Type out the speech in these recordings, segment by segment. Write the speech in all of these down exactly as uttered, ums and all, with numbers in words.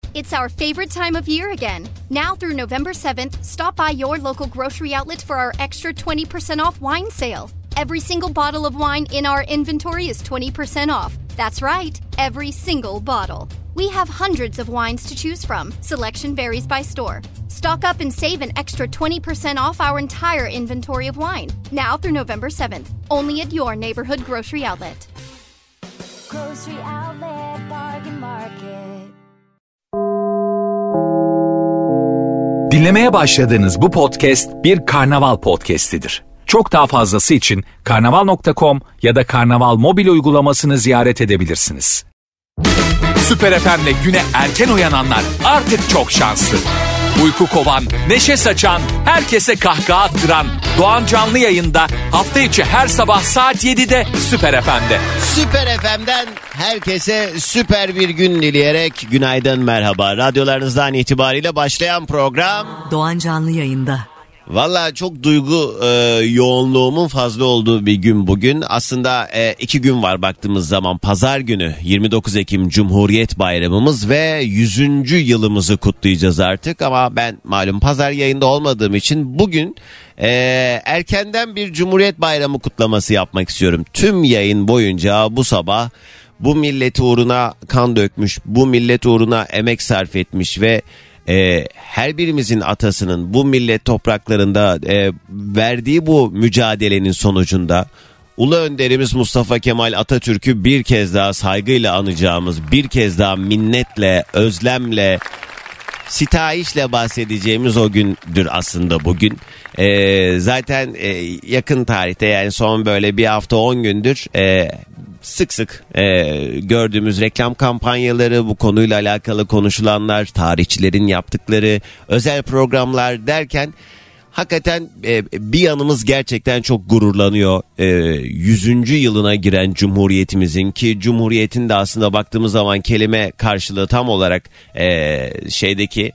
It's our favorite time of year again. Now through November seventh, stop by your local grocery outlet for our extra twenty percent off wine sale. Every single bottle of wine in our inventory is twenty percent off. That's right, every single bottle. We have hundreds of wines to choose from. Selection varies by store. Stock up and save an extra twenty percent off our entire inventory of wine. Now through November seventh, only at your neighborhood grocery outlet. Grocery Outlet Bargain Market. Dinlemeye başladığınız bu podcast bir karnaval podcastidir. Çok daha fazlası için karnaval nokta com ya da karnaval mobil uygulamasını ziyaret edebilirsiniz. Süper F M'le güne erken uyananlar artık çok şanslı. Uyku kovan, neşe saçan, herkese kahkaha attıran Doğan Canlı Yayında hafta içi her sabah saat yedide Süper F M'de. Süper F M'den herkese süper bir gün dileyerek günaydın, merhaba. Radyolarınızdan itibariyle başlayan program Doğan Canlı Yayında. Valla çok duygu e, yoğunluğumun fazla olduğu bir gün bugün. Aslında e, iki gün var baktığımız zaman. Pazar günü yirmi dokuz Ekim Cumhuriyet Bayramımız ve yüzüncü yılımızı kutlayacağız artık. Ama ben malum pazar yayında olmadığım için bugün e, erkenden bir Cumhuriyet Bayramı kutlaması yapmak istiyorum. Tüm yayın boyunca bu sabah bu millet uğruna kan dökmüş, bu millet uğruna emek sarf etmiş ve Ee, her birimizin atasının bu millet topraklarında e, verdiği bu mücadelenin sonucunda Ulu Önderimiz Mustafa Kemal Atatürk'ü bir kez daha saygıyla anacağımız, bir kez daha minnetle, özlemle, sitayişle bahsedeceğimiz o gündür aslında bugün. Ee, zaten e, yakın tarihte, yani son böyle bir hafta on gündür e, sık sık e, gördüğümüz reklam kampanyaları, bu konuyla alakalı konuşulanlar, tarihçilerin yaptıkları özel programlar derken hakikaten e, bir yanımız gerçekten çok gururlanıyor. E, yüzüncü yılına giren Cumhuriyetimizin, ki Cumhuriyetin de aslında baktığımız zaman kelime karşılığı tam olarak e, şeydeki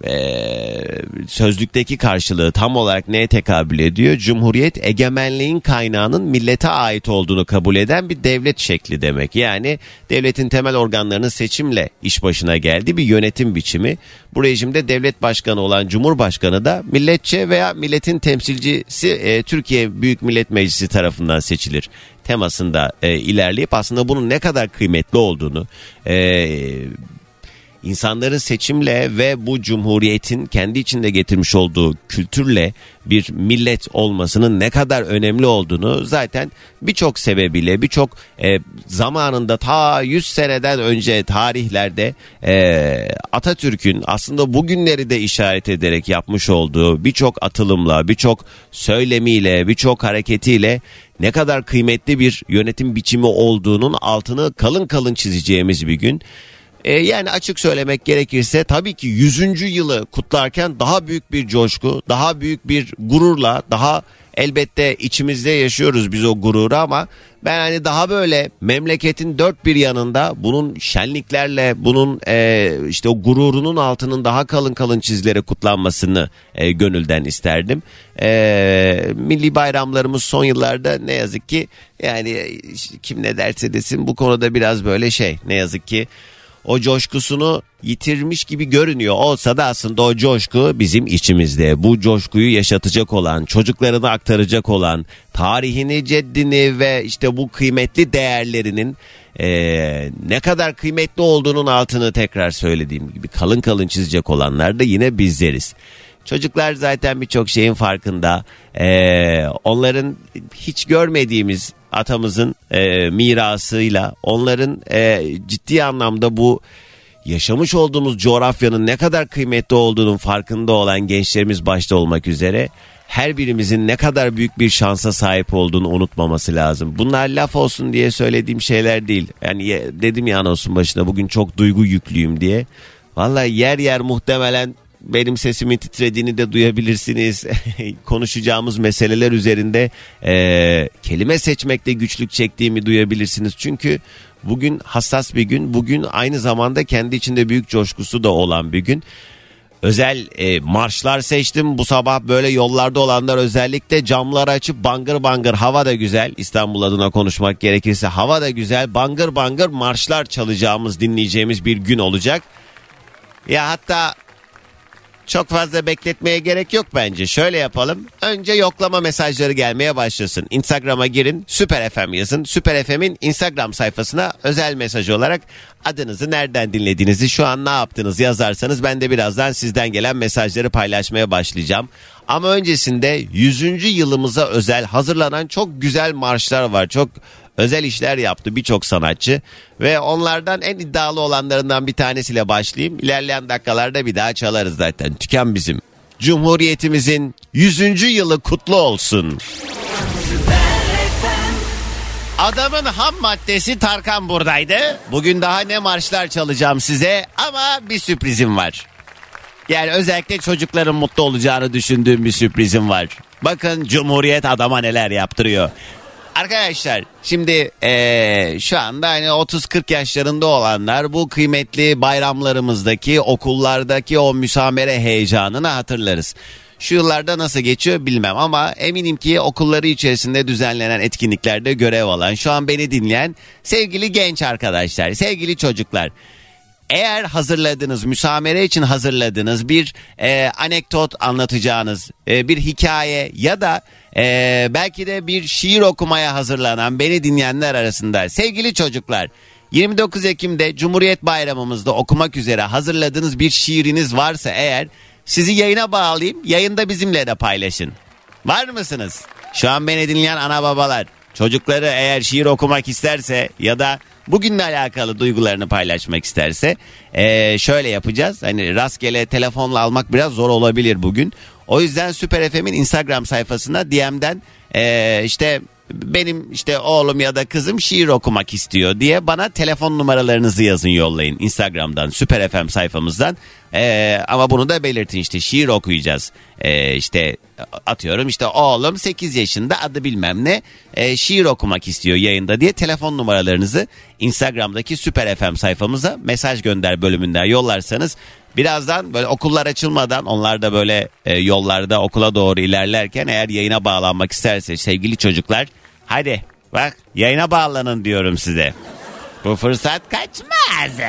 Ee, sözlükteki karşılığı tam olarak neye tekabül ediyor? Cumhuriyet, egemenliğin kaynağının millete ait olduğunu kabul eden bir devlet şekli demek. Yani devletin temel organlarının seçimle iş başına geldiği bir yönetim biçimi. Bu rejimde devlet başkanı olan Cumhurbaşkanı da milletçe veya milletin temsilcisi e, Türkiye Büyük Millet Meclisi tarafından seçilir temasında e, ilerleyip aslında bunun ne kadar kıymetli olduğunu, eee İnsanların seçimle ve bu cumhuriyetin kendi içinde getirmiş olduğu kültürle bir millet olmasının ne kadar önemli olduğunu zaten birçok sebebiyle, birçok e, zamanında ta yüz seneden önce tarihlerde e, Atatürk'ün aslında bugünleri de işaret ederek yapmış olduğu birçok atılımla, birçok söylemiyle, birçok hareketiyle ne kadar kıymetli bir yönetim biçimi olduğunun altını kalın kalın çizeceğimiz bir gün. Ee, yani açık söylemek gerekirse tabii ki yüzüncü yılı kutlarken daha büyük bir coşku, daha büyük bir gururla, daha elbette içimizde yaşıyoruz biz o gururu, ama ben hani daha böyle memleketin dört bir yanında bunun şenliklerle, bunun e, işte o gururunun altının daha kalın kalın çizilerek kutlanmasını e, gönülden isterdim. E, milli bayramlarımız son yıllarda ne yazık ki, yani kim ne derse desin, bu konuda biraz böyle şey, ne yazık ki o coşkusunu yitirmiş gibi görünüyor. Olsa da aslında o coşku bizim içimizde. Bu coşkuyu yaşatacak olan, çocuklarına aktaracak olan, tarihini, ceddini ve işte bu kıymetli değerlerinin ee, ne kadar kıymetli olduğunun altını tekrar söylediğim gibi kalın kalın çizecek olanlar da yine bizleriz. Çocuklar zaten birçok şeyin farkında. Ee, onların hiç görmediğimiz atamızın e, mirasıyla, onların e, ciddi anlamda bu yaşamış olduğumuz coğrafyanın ne kadar kıymetli olduğunun farkında olan gençlerimiz başta olmak üzere her birimizin ne kadar büyük bir şansa sahip olduğunu unutmaması lazım. Bunlar laf olsun diye söylediğim şeyler değil. Yani dedim ya anonsun başında, bugün çok duygu yüklüyüm diye. Vallahi yer yer muhtemelen benim sesimin titrediğini de duyabilirsiniz. Konuşacağımız meseleler üzerinde e, kelime seçmekte güçlük çektiğimi duyabilirsiniz. Çünkü bugün hassas bir gün. Bugün aynı zamanda kendi içinde büyük coşkusu da olan bir gün. Özel e, marşlar seçtim. Bu sabah böyle yollarda olanlar özellikle camları açıp bangır bangır, hava da güzel. İstanbul adına konuşmak gerekirse hava da güzel. Bangır bangır marşlar çalacağımız, dinleyeceğimiz bir gün olacak. Ya hatta çok fazla bekletmeye gerek yok bence. Şöyle yapalım. Önce yoklama mesajları gelmeye başlasın. Instagram'a girin, Süper F M yazın. Süper F M'in Instagram sayfasına özel mesaj olarak adınızı, nereden dinlediğinizi, şu an ne yaptığınızı yazarsanız ben de birazdan sizden gelen mesajları paylaşmaya başlayacağım. Ama öncesinde yüzüncü yılımıza özel hazırlanan çok güzel marşlar var. Çok özel işler yaptı birçok sanatçı ve onlardan en iddialı olanlarından bir tanesiyle başlayayım. İlerleyen dakikalarda bir daha çalarız zaten. Tüken bizim. Cumhuriyetimizin yüzüncü yılı kutlu olsun. Adamın ham maddesi Tarkan buradaydı. Bugün daha ne marşlar çalacağım size ama bir sürprizim var. Yani özellikle çocukların mutlu olacağını düşündüğüm bir sürprizim var. Bakın Cumhuriyet adama neler yaptırıyor. Arkadaşlar şimdi ee, şu anda hani otuz kırk yaşlarında olanlar bu kıymetli bayramlarımızdaki, okullardaki o müsamere heyecanını hatırlarız. Şu yıllarda nasıl geçiyor bilmem ama eminim ki okulları içerisinde düzenlenen etkinliklerde görev alan, şu an beni dinleyen sevgili genç arkadaşlar, sevgili çocuklar. Eğer hazırladığınız, müsamere için hazırladığınız bir e, anekdot anlatacağınız e, bir hikaye ya da e, belki de bir şiir okumaya hazırlanan beni dinleyenler arasında sevgili çocuklar, yirmi dokuz Ekim'de Cumhuriyet Bayramımızda okumak üzere hazırladığınız bir şiiriniz varsa eğer, sizi yayına bağlayayım, yayında bizimle de paylaşın. Var mısınız? Şu an beni dinleyen ana babalar, çocukları eğer şiir okumak isterse ya da bugünle alakalı duygularını paylaşmak isterse ee, şöyle yapacağız. Hani rastgele telefonla almak biraz zor olabilir bugün. O yüzden Süper F M'in Instagram sayfasına D M'den ee, işte benim işte oğlum ya da kızım şiir okumak istiyor diye bana telefon numaralarınızı yazın, yollayın Instagram'dan, Süper F M sayfamızdan. Ee, ama bunu da belirtin, işte şiir okuyacağız. Ee, işte atıyorum işte oğlum sekiz yaşında, adı bilmem ne, e, şiir okumak istiyor yayında diye telefon numaralarınızı Instagram'daki Süper F M sayfamıza mesaj gönder bölümünden yollarsanız, birazdan böyle okullar açılmadan, onlar da böyle e, yollarda okula doğru ilerlerken eğer yayına bağlanmak isterse sevgili çocuklar, hadi bak yayına bağlanın diyorum size. Bu fırsat kaçmaz.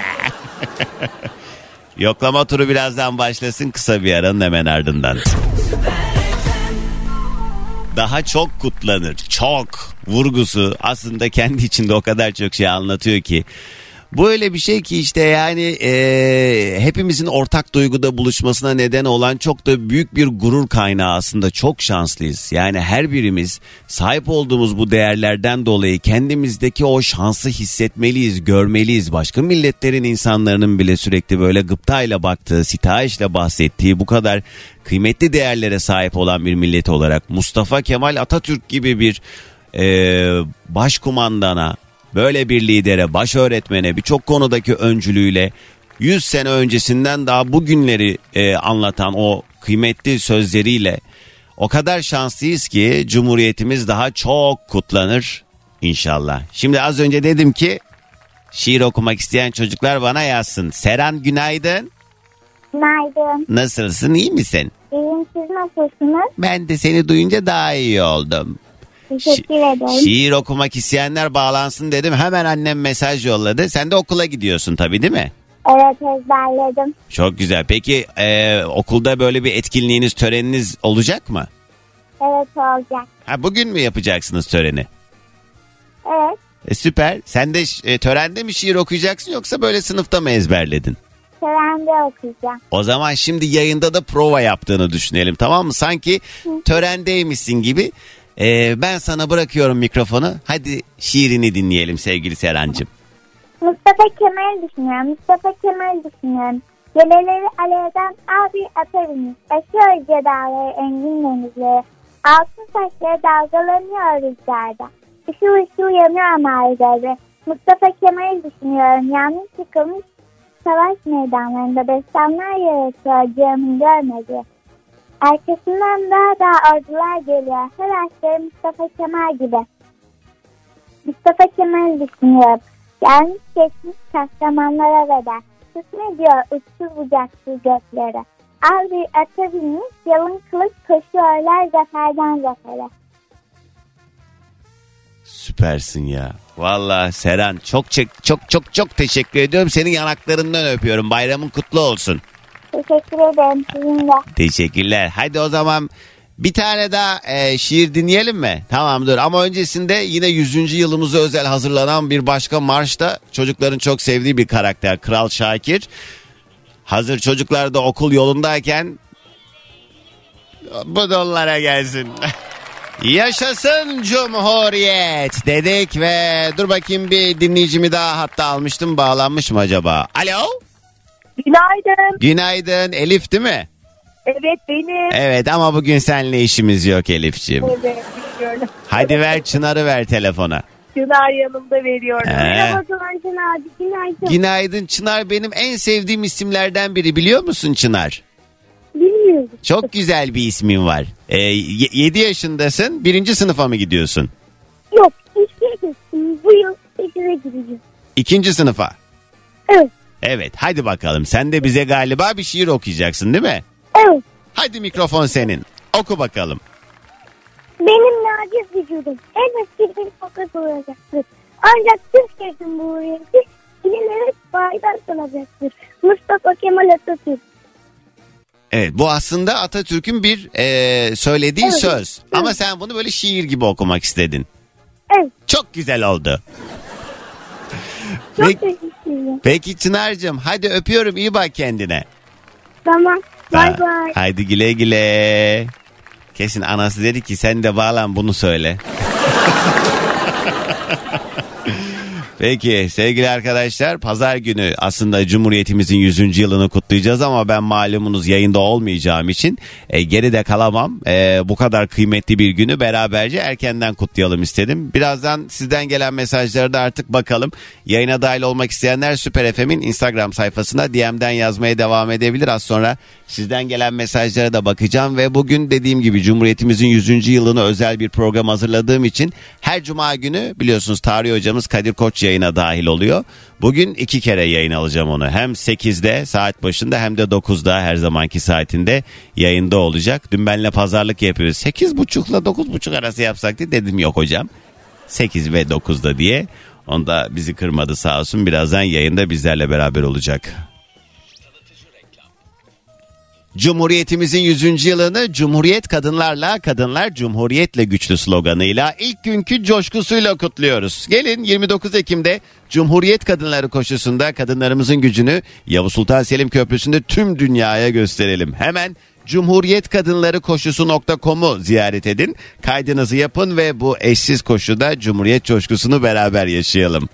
Yoklama turu birazdan başlasın, kısa bir aranın hemen ardından. Daha çok kutlanır, çok vurgusu aslında kendi içinde o kadar çok şey anlatıyor ki. Bu öyle bir şey ki işte yani e, hepimizin ortak duyguda buluşmasına neden olan çok da büyük bir gurur kaynağı aslında. Çok şanslıyız. Yani her birimiz sahip olduğumuz bu değerlerden dolayı kendimizdeki o şansı hissetmeliyiz, görmeliyiz. Başka milletlerin insanların bile sürekli böyle gıptayla baktığı, sitayişle bahsettiği bu kadar kıymetli değerlere sahip olan bir millet olarak Mustafa Kemal Atatürk gibi bir e, başkumandana, böyle bir lidere, baş öğretmene, birçok konudaki öncülüğüyle yüz sene öncesinden daha bugünleri e, anlatan o kıymetli sözleriyle o kadar şanslıyız ki Cumhuriyetimiz daha çok kutlanır inşallah. Şimdi az önce dedim ki şiir okumak isteyen çocuklar bana yazsın. Seren günaydın. Günaydın. Nasılsın, iyi misin? İyiyim, siz nasılsınız? Ben de seni duyunca daha iyi oldum. Teşekkür Şi- ederim. Şiir okumak isteyenler bağlansın dedim. Hemen annem mesaj yolladı. Sen de okula gidiyorsun tabii değil mi? Evet, ezberledim. Çok güzel. Peki e, okulda böyle bir etkinliğiniz, töreniniz olacak mı? Evet, olacak. Ha, bugün mü yapacaksınız töreni? Evet. E, süper. Sen de e, törende mi şiir okuyacaksın yoksa böyle sınıfta mı ezberledin? Törende okuyacağım. O zaman şimdi yayında da prova yaptığını düşünelim, tamam mı? Sanki törendeymişsin gibi. Ee, ben sana bırakıyorum mikrofonu. Hadi şiirini dinleyelim sevgili Serencim. Mustafa Kemal düşünüyorum. Mustafa Kemal düşünüyorum. Geleleri alevden abi atarınız. Aşıyor cedaları engin denizleri. Altın saçları dalgalanıyor rüzgarda. Işıl ışıl yanıyor mavileri. Mustafa Kemal düşünüyorum. Yalnız çıkılmış savaş meydanlarında destanlar yaratıyor canım görmedi. Arkasından daha daha ordular geliyor. Her asker Mustafa Kemal gibi. Mustafa Kemal düşünüyor. Gelmiş geçmiş kahramanlara veda. Hüsnü diyor uçsuz bucaksız göklere. Al bir ata binmiş yalın kılıç koşuyorlar zaferden zafere. Süpersin ya. Vallahi Seren çok çok çok çok çok teşekkür ediyorum. Senin yanaklarından öpüyorum. Bayramın kutlu olsun. Teşekkür ederim sizin de. Teşekkürler. Hadi o zaman bir tane daha e, şiir dinleyelim mi? Tamam dur ama öncesinde yine yüzüncü yılımıza özel hazırlanan bir başka marşta çocukların çok sevdiği bir karakter Kral Şakir. Hazır çocuklar da okul yolundayken bu da onlara gelsin. Yaşasın Cumhuriyet dedik ve dur bakayım bir dinleyicimi daha hatta almıştım, bağlanmış mı acaba? Alo? Günaydın. Günaydın, Elif değil mi? Evet benim. Evet ama bugün seninle işimiz yok Elifciğim. Evet biliyorum. Hadi ver Çınar'ı ver telefona. Çınar yanımda veriyorum. Ee? Merhaba Doğan abi, günaydın. Günaydın Çınar, benim en sevdiğim isimlerden biri, biliyor musun Çınar? Bilmiyorum. Çok güzel bir ismin var. Ee, yedi yaşındasın, birinci sınıfa mı gidiyorsun? Yok, hiçbir kesim. Bu yıl sekize gireceğim. İkinci sınıfa. Evet. Evet hadi bakalım, sen de bize galiba bir şiir okuyacaksın değil mi? Evet. Hadi mikrofon senin, oku bakalım. Benim naciz vücudum elbette bir fakat olacaktır. Ancak Türkiye Cumhuriyeti ileride bayrak kalacaktır. Mustafa Kemal Atatürk. Evet, bu aslında Atatürk'ün bir e, söylediği Evet. söz. Evet. Ama sen bunu böyle şiir gibi okumak istedin. Evet. Çok güzel oldu. Çok Peki, teşekkür ederim. peki Çınar'cığım, hadi öpüyorum, iyi bak kendine. Tamam. Bay Ha, bay. Haydi güle güle. Kesin anası dedi ki sen de bağlan bunu söyle. Peki sevgili arkadaşlar, pazar günü aslında Cumhuriyetimizin yüzüncü yılını kutlayacağız ama ben malumunuz yayında olmayacağım için e, geride kalamam. E, bu kadar kıymetli bir günü beraberce erkenden kutlayalım istedim. Birazdan sizden gelen mesajlara da artık bakalım. Yayına dahil olmak isteyenler Süper F M'in Instagram sayfasına D M'den yazmaya devam edebilir. Az sonra sizden gelen mesajlara da bakacağım ve bugün dediğim gibi Cumhuriyetimizin yüzüncü yılını özel bir program hazırladığım için her cuma günü biliyorsunuz tarih hocamız Kadir Koç yayına dahil oluyor. Bugün iki kere yayın alacağım onu. Hem sekizde saat başında hem de dokuzda her zamanki saatinde yayında olacak. Dün benle pazarlık yapıyoruz. sekiz buçukla dokuz buçuk arası yapsak diye dedim yok hocam. sekiz ve dokuzda diye. Onda bizi kırmadı sağ olsun. Birazdan yayında bizlerle beraber olacak. Cumhuriyetimizin yüzüncü yılını Cumhuriyet kadınlarla, kadınlar Cumhuriyetle güçlü sloganıyla ilk günkü coşkusuyla kutluyoruz. Gelin yirmi dokuz Ekim'de Cumhuriyet Kadınları koşusunda kadınlarımızın gücünü Yavuz Sultan Selim Köprüsü'nde tüm dünyaya gösterelim. Hemen cumhuriyet kadınları koşusu nokta com'u ziyaret edin. Kaydınızı yapın ve bu eşsiz koşuda Cumhuriyet coşkusunu beraber yaşayalım.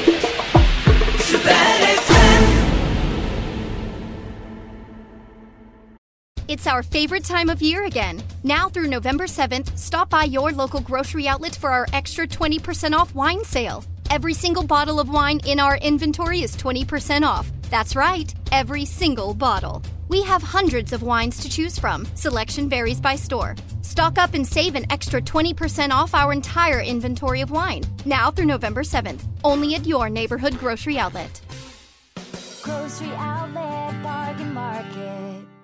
It's our favorite time of year again. Now through November seventh, stop by your local grocery outlet for our extra twenty percent off wine sale. Every single bottle of wine in our inventory is twenty percent off. That's right, every single bottle. We have hundreds of wines to choose from. Selection varies by store. Stock up and save an extra twenty percent off our entire inventory of wine. Now through November seventh, only at your neighborhood grocery outlet. Grocery Outlet Bargain Market.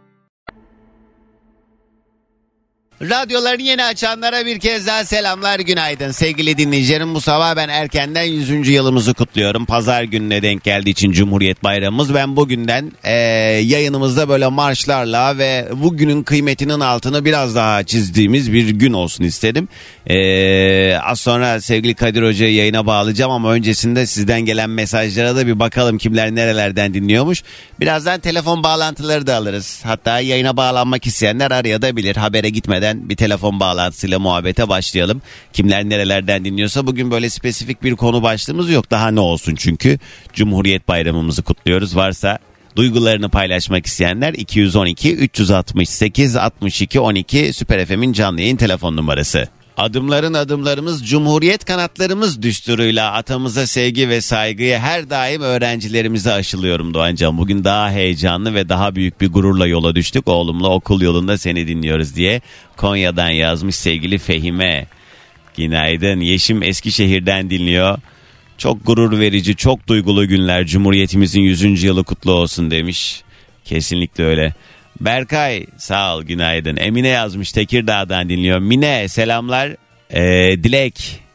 Radyolarını yeni açanlara bir kez daha selamlar, günaydın. Sevgili dinleyicilerim, bu sabah ben erkenden yüzüncü yılımızı kutluyorum. Pazar gününe denk geldiği için Cumhuriyet Bayramımız. Ben bugünden e, yayınımızda böyle marşlarla ve bugünün kıymetinin altını biraz daha çizdiğimiz bir gün olsun istedim. E, az sonra sevgili Kadir Hoca'yı yayına bağlayacağım ama öncesinde sizden gelen mesajlara da bir bakalım kimler nerelerden dinliyormuş. Birazdan telefon bağlantıları da alırız. Hatta yayına bağlanmak isteyenler arayabilir, habere gitmeden bir telefon bağlantısıyla muhabbete başlayalım. Kimler nerelerden dinliyorsa, bugün böyle spesifik bir konu başlığımız yok. Daha ne olsun, çünkü Cumhuriyet Bayramımızı kutluyoruz. Varsa duygularını paylaşmak isteyenler iki yüz on iki üç altı sekiz altmış iki on iki Süper F M'in canlı yayın telefon numarası. Adımların adımlarımız Cumhuriyet kanatlarımız düsturuyla atamıza sevgi ve saygıyı her daim öğrencilerimize aşılıyorum Doğancan. Bugün daha heyecanlı ve daha büyük bir gururla yola düştük. Oğlumla okul yolunda seni dinliyoruz diye Konya'dan yazmış sevgili Fehime. Günaydın. Yeşim Eskişehir'den dinliyor. Çok gurur verici, çok duygulu günler. Cumhuriyetimizin yüzüncü yılı kutlu olsun demiş. Kesinlikle öyle. Berkay sağ ol, günaydın. Emine yazmış, Tekirdağ'dan dinliyor. Mine selamlar. Ee, Dilek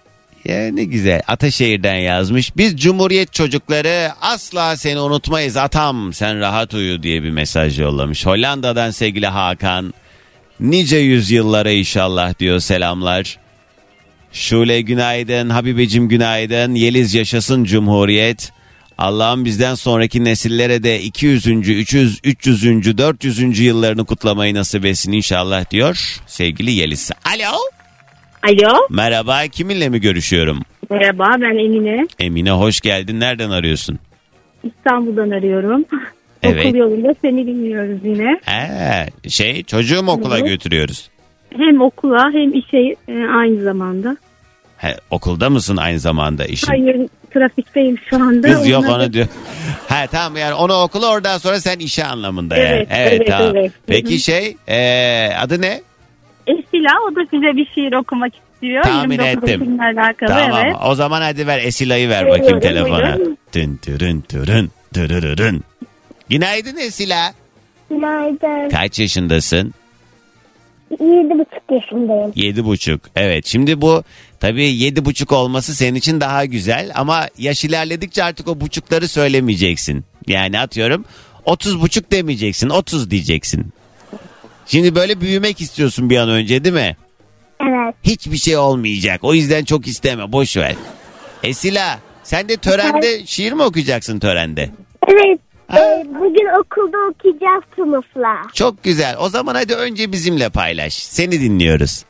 Ya ne güzel. Ataşehir'den yazmış. Biz Cumhuriyet çocukları asla seni unutmayız atam, sen rahat uyu diye bir mesaj yollamış. Hollanda'dan sevgili Hakan. Nice yüzyıllara inşallah diyor, selamlar. Şule günaydın, Habibeciğim günaydın. Yeliz yaşasın Cumhuriyet. Allah'ım bizden sonraki nesillere de iki yüzüncü, üç yüz, üç yüzüncü, dört yüzüncü yıllarını kutlamayı nasip etsin inşallah diyor sevgili Yeliz. Alo. Alo. Merhaba, kiminle mi görüşüyorum? Merhaba, ben Emine. Emine hoş geldin. Nereden arıyorsun? İstanbul'dan arıyorum. Evet. Okul yolunda seni dinliyoruz yine. He, şey çocuğu mu okula Evet. götürüyoruz? Hem okula hem işe e, aynı zamanda. He, okulda mısın aynı zamanda işin? Hayır, trafikteyim şu anda. Kız yok Onları- onu diyor. He tamam, yani onu okula, oradan sonra sen işe anlamında yani. Evet, evet, tamam. evet. Peki Hı hı. şey ee, adı ne? Esila, o da size bir şiir okumak istiyor. Tahmin yirmi dokuz ettim. Ekim'le alakalı, Tamam, evet. o zaman hadi ver Esila'yı ver Buyurun, bakayım telefona. buyurun. Tın tırın tırın tırırırın. Günaydın Esila. Günaydın. Kaç yaşındasın? Yedi buçuk yaşındayım. Yedi buçuk. Evet, şimdi bu tabii yedi buçuk olması senin için daha güzel ama yaş ilerledikçe artık o buçukları söylemeyeceksin. Yani atıyorum otuz buçuk demeyeceksin, otuz diyeceksin. Şimdi böyle büyümek istiyorsun bir an önce, değil mi? Evet. Hiçbir şey olmayacak, o yüzden çok isteme, boş ver. Esila, sen de törende şiir mi okuyacaksın törende? Evet. Ha. e, bugün okulda okuyacağız sınıfla. Çok güzel, o zaman hadi önce bizimle paylaş, seni dinliyoruz.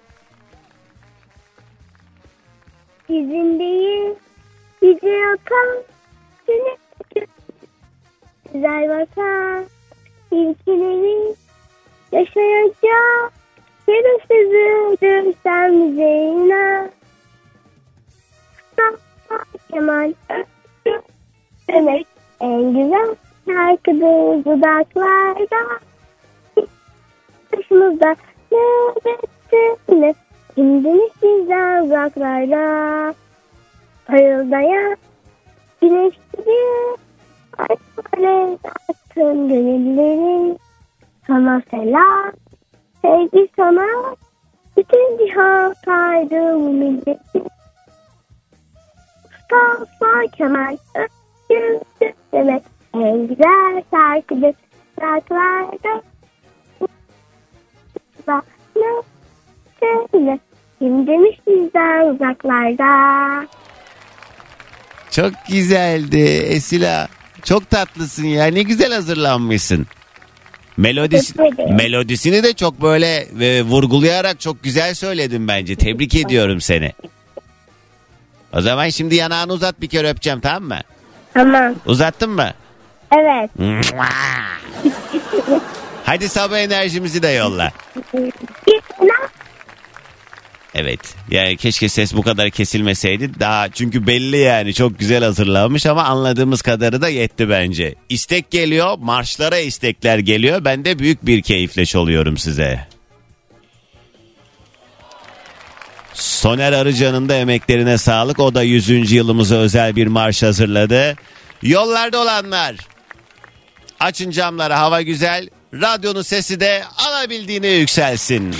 Bizim değil, bizi yakan, seni güzel vatan, ilkileri yaşayacak, yarısızıdır sen bize inan. Mustafa Kemal Atatürk demek en güzel şarkıdır dudaklarda. Başımızda nöbette kimdiniz bizden uzaklarda. Parıldayan güneş gibi ay böyle attın gönüllerin. Sana selam, sevgi sana, bütün cihan kaydı bu milletin. Mustafa Kemal Atatürk demek en güzel şarkıdır şarkılarda. Ne söyle, kim demiş bizden uzaklarda. Çok güzeldi Esila. Çok tatlısın ya. Ne güzel hazırlanmışsın. Melodisi, Teşekkür ederim. melodisini de çok böyle e, vurgulayarak çok güzel söyledin bence. Tebrik ediyorum seni. O zaman şimdi yanağını uzat, bir kere öpeceğim, tamam mı? Tamam. Uzattın mı? Evet. Hadi sabah enerjimizi de yolla. Bir sınav. Evet. Yani keşke ses bu kadar kesilmeseydi. Daha çünkü belli yani, çok güzel hazırlanmış ama anladığımız kadarı da yetti bence. İstek geliyor, marşlara istekler geliyor. Ben de büyük bir keyifle çalıyorum size. Soner Arıcan'ın da emeklerine sağlık. O da yüzüncü yılımıza özel bir marş hazırladı. Yollarda olanlar, açın camları, hava güzel. Radyonun sesi de alabildiğine yükselsin.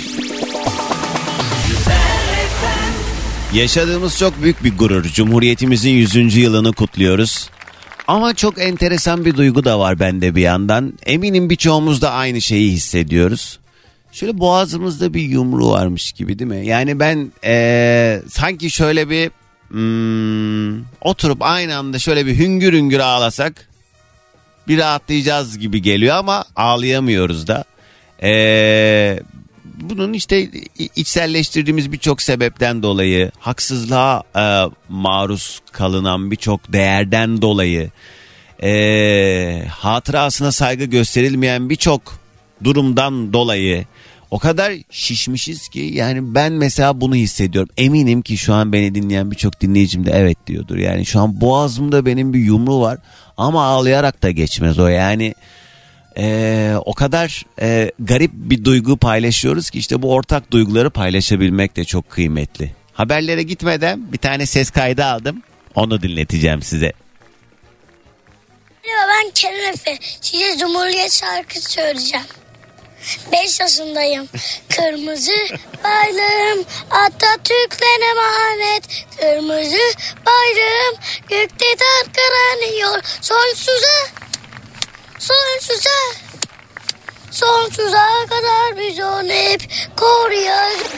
Yaşadığımız çok büyük bir gurur. Cumhuriyetimizin yüzüncü yılını kutluyoruz. Ama çok enteresan bir duygu da var bende bir yandan. Eminim birçoğumuz da aynı şeyi hissediyoruz. Şöyle boğazımızda bir yumru varmış gibi, değil mi? Yani ben ee, sanki şöyle bir hmm, oturup aynı anda şöyle bir hüngür hüngür ağlasak bir rahatlayacağız gibi geliyor ama ağlayamıyoruz da. Eee... Bunun işte içselleştirdiğimiz birçok sebepten dolayı, haksızlığa e, maruz kalınan birçok değerden dolayı, e, hatırasına saygı gösterilmeyen birçok durumdan dolayı o kadar şişmişiz ki, yani ben mesela bunu hissediyorum. Eminim ki şu an beni dinleyen birçok dinleyicim de evet diyordur. Yani şu an boğazımda benim bir yumru var ama ağlayarak da geçmez o yani. Ee, o kadar e, garip bir duygu paylaşıyoruz ki işte bu ortak duyguları paylaşabilmek de çok kıymetli. Haberlere gitmeden bir tane ses kaydı aldım. Onu dinleteceğim size. Merhaba, ben Kerem Efe. Size Cumhuriyet şarkısı söyleyeceğim. beş yaşındayım. Kırmızı bayrağım Atatürk'le emanet. Kırmızı bayrağım gökte dalgalanıyor. Sonsuza, sonsuza, sonsuza kadar biz onu hep koruyacağız.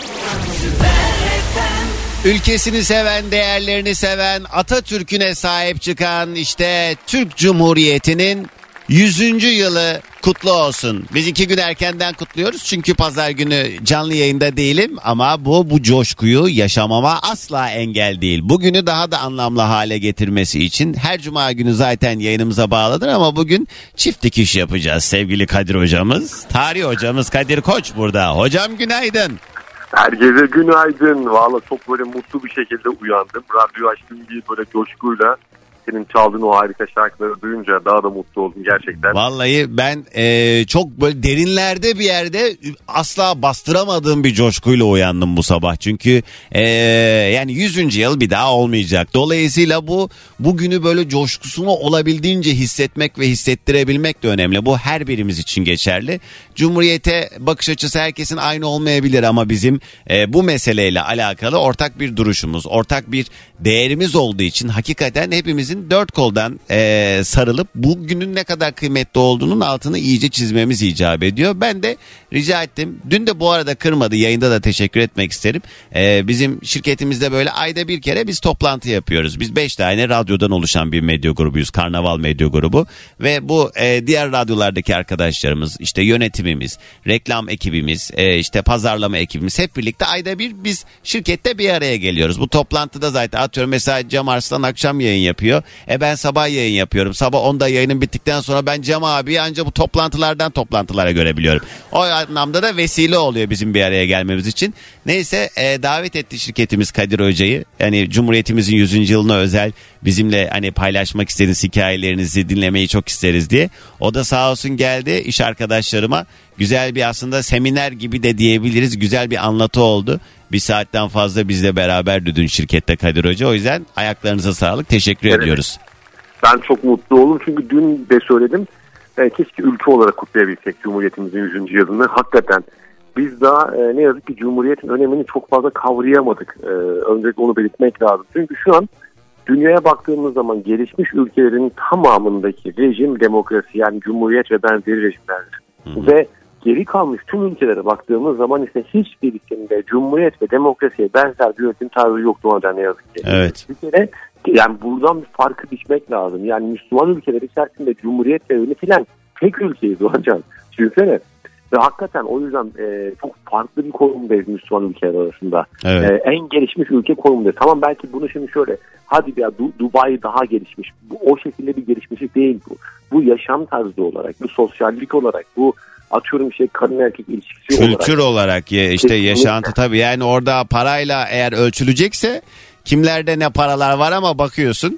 Ülkesini seven, değerlerini seven, Atatürk'üne sahip çıkan işte Türk Cumhuriyeti'nin yüzüncü yılı kutlu olsun. Biz iki gün erkenden kutluyoruz çünkü pazar günü canlı yayında değilim ama bu bu coşkuyu yaşamama asla engel değil. Bugünü daha da anlamlı hale getirmesi için her cuma günü zaten yayınımıza bağlıdır ama bugün çift dikiş yapacağız sevgili Kadir hocamız. Tarih hocamız Kadir Koç burada. Hocam günaydın. Herkese günaydın. Valla çok böyle mutlu bir şekilde uyandım. Radyoyu açtığım gibi böyle coşkuyla senin çaldığın o harika şarkıları duyunca daha da mutlu oldum gerçekten. Vallahi ben e, çok böyle derinlerde bir yerde asla bastıramadığım bir coşkuyla uyandım bu sabah. Çünkü e, yani yüzüncü yıl bir daha olmayacak. Dolayısıyla bu bugünü böyle coşkusunu olabildiğince hissetmek ve hissettirebilmek de önemli. Bu her birimiz için geçerli. Cumhuriyete bakış açısı herkesin aynı olmayabilir ama bizim e, bu meseleyle alakalı ortak bir duruşumuz, ortak bir değerimiz olduğu için hakikaten hepimizin dört koldan e, sarılıp bugünün ne kadar kıymetli olduğunun altını iyice çizmemiz icap ediyor. Ben de rica ettim. Dün de bu arada kırmadı. Yayında da teşekkür etmek isterim. E, bizim şirketimizde böyle ayda bir kere biz toplantı yapıyoruz. Biz beş tane radyodan oluşan bir medya grubuyuz. Karnaval Medya Grubu. Ve bu e, diğer radyolardaki arkadaşlarımız, işte yönetimimiz, reklam ekibimiz, e, işte pazarlama ekibimiz hep birlikte ayda bir biz şirkette bir araya geliyoruz. Bu toplantıda zaten atıyorum mesela Cem Arslan akşam yayın yapıyor. E ben sabah yayın yapıyorum. Sabah onda yayının bittikten sonra ben Cem abiyi ancak bu toplantılardan toplantılara görebiliyorum. O anlamda da vesile oluyor bizim bir araya gelmemiz için. Neyse e, davet etti şirketimiz Kadir Hoca'yı. Yani Cumhuriyetimizin yüzüncü yılına özel bizimle hani paylaşmak istediğiniz hikayelerinizi dinlemeyi çok isteriz diye. O da sağ olsun geldi iş arkadaşlarıma. Güzel bir aslında seminer gibi de diyebiliriz. Güzel bir anlatı oldu. Bir saatten fazla bizle beraberdi dün şirkette Kadir Hoca. O yüzden ayaklarınıza sağlık. Teşekkür evet. ediyoruz. Ben çok mutlu oldum. Çünkü dün de söyledim. E, keşke ülke olarak kutlayabilsek Cumhuriyetimizin yüzüncü yılını. Hakikaten biz daha e, ne yazık ki Cumhuriyet'in önemini çok fazla kavrayamadık. E, öncelikle onu belirtmek lazım. Çünkü şu an dünyaya baktığımız zaman gelişmiş ülkelerin tamamındaki rejim demokrasi, yani Cumhuriyet ve benzeri rejimlerdir. Hı-hı. Ve geri kalmış tüm ülkelere baktığımız zaman ise hiçbirisinde Cumhuriyet ve demokrasiye benzer bir yönetim tarzı yoktu o ne yazık ki. Evet. Bir kere yani buradan bir farkı biçmek lazım. Yani Müslüman ülkeler içerisinde Cumhuriyet ve yönetilen tek ülkeyiz hocam. Düşünsene. Ve hakikaten o yüzden e, çok farklı bir konumdayız Müslüman ülkeler arasında. Evet. E, en gelişmiş ülke konumdayız. Tamam belki bunu şimdi şöyle, hadi ya Du- Dubai daha gelişmiş. Bu, o şekilde bir gelişmişlik değil bu. Bu yaşam tarzı olarak, bu sosyallik olarak, bu atıyorum şey kadın erkek ilişkisi kültür olarak. Kültür olarak ya işte kesinlikle. Yaşantı tabii yani orada parayla eğer ölçülecekse kimlerde ne paralar var ama bakıyorsun.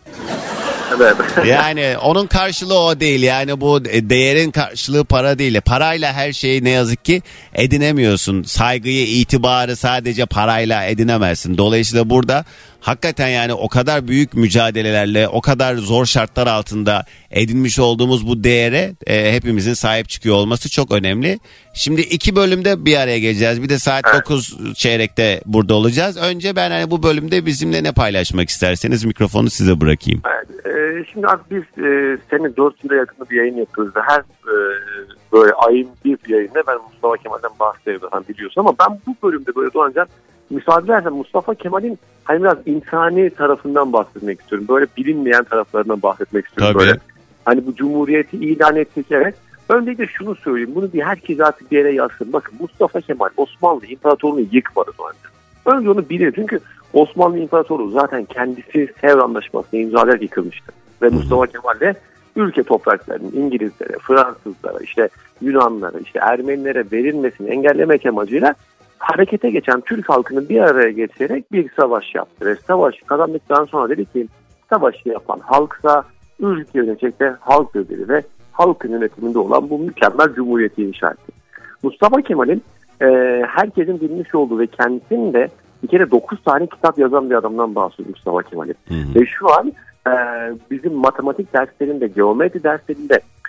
Evet. Yani onun karşılığı o değil. Yani bu değerin karşılığı para değil. Parayla her şeyi ne yazık ki edinemiyorsun. Saygıyı, itibarı sadece parayla edinemezsin. Dolayısıyla burada hakikaten yani o kadar büyük mücadelelerle, o kadar zor şartlar altında edinmiş olduğumuz bu değere e, hepimizin sahip çıkıyor olması çok önemli. Şimdi iki bölümde bir araya geleceğiz. Bir de saat evet. dokuz çeyrekte burada olacağız. Önce ben hani bu bölümde bizimle ne paylaşmak isterseniz mikrofonu size bırakayım. Evet, e, şimdi abi biz e, sene dört yıla yakında bir yayın yapıyoruz. Her e, böyle ayın bir yayında ben Mustafa Kemal'den bahsediyorum hani biliyorsun ama ben bu bölümde böyle Doğancan müsaade edersen Mustafa Kemal'in hani biraz insani tarafından bahsetmek istiyorum. Böyle bilinmeyen taraflarından bahsetmek istiyorum. Tabii. Böyle. Hani bu Cumhuriyeti ilan ettik evet. Öncelikle şunu söyleyeyim. Bunu bir herkes artık bir yere yazsın. Bakın Mustafa Kemal Osmanlı İmparatorluğu'nu yıkmadı zaten. Önce onu bilir. Çünkü Osmanlı İmparatorluğu zaten kendisi Sevr Anlaşması'nı imzalayarak yıkılmıştı. Ve Hı-hı. Mustafa Kemal de ülke topraklarının İngilizlere, Fransızlara, işte Yunanlara, işte Ermenilere verilmesini engellemek amacıyla harekete geçen Türk halkını bir araya getirerek bir savaş yaptı. Ve savaşı kazandıktan sonra dedi ki savaşı yapan halksa ülke yönetecek de halktır dedi ve halkın yönetiminde olan bu mükemmel cumhuriyeti inşa etti. Mustafa Kemal'in e, herkesin bilmiş olduğu ve kendisinin de bir kere dokuz tane kitap yazan bir adamdan bahsediyor Mustafa Kemal'in. Hı hı. Ve şu an e, bizim matematik derslerinde, geometri derslerinde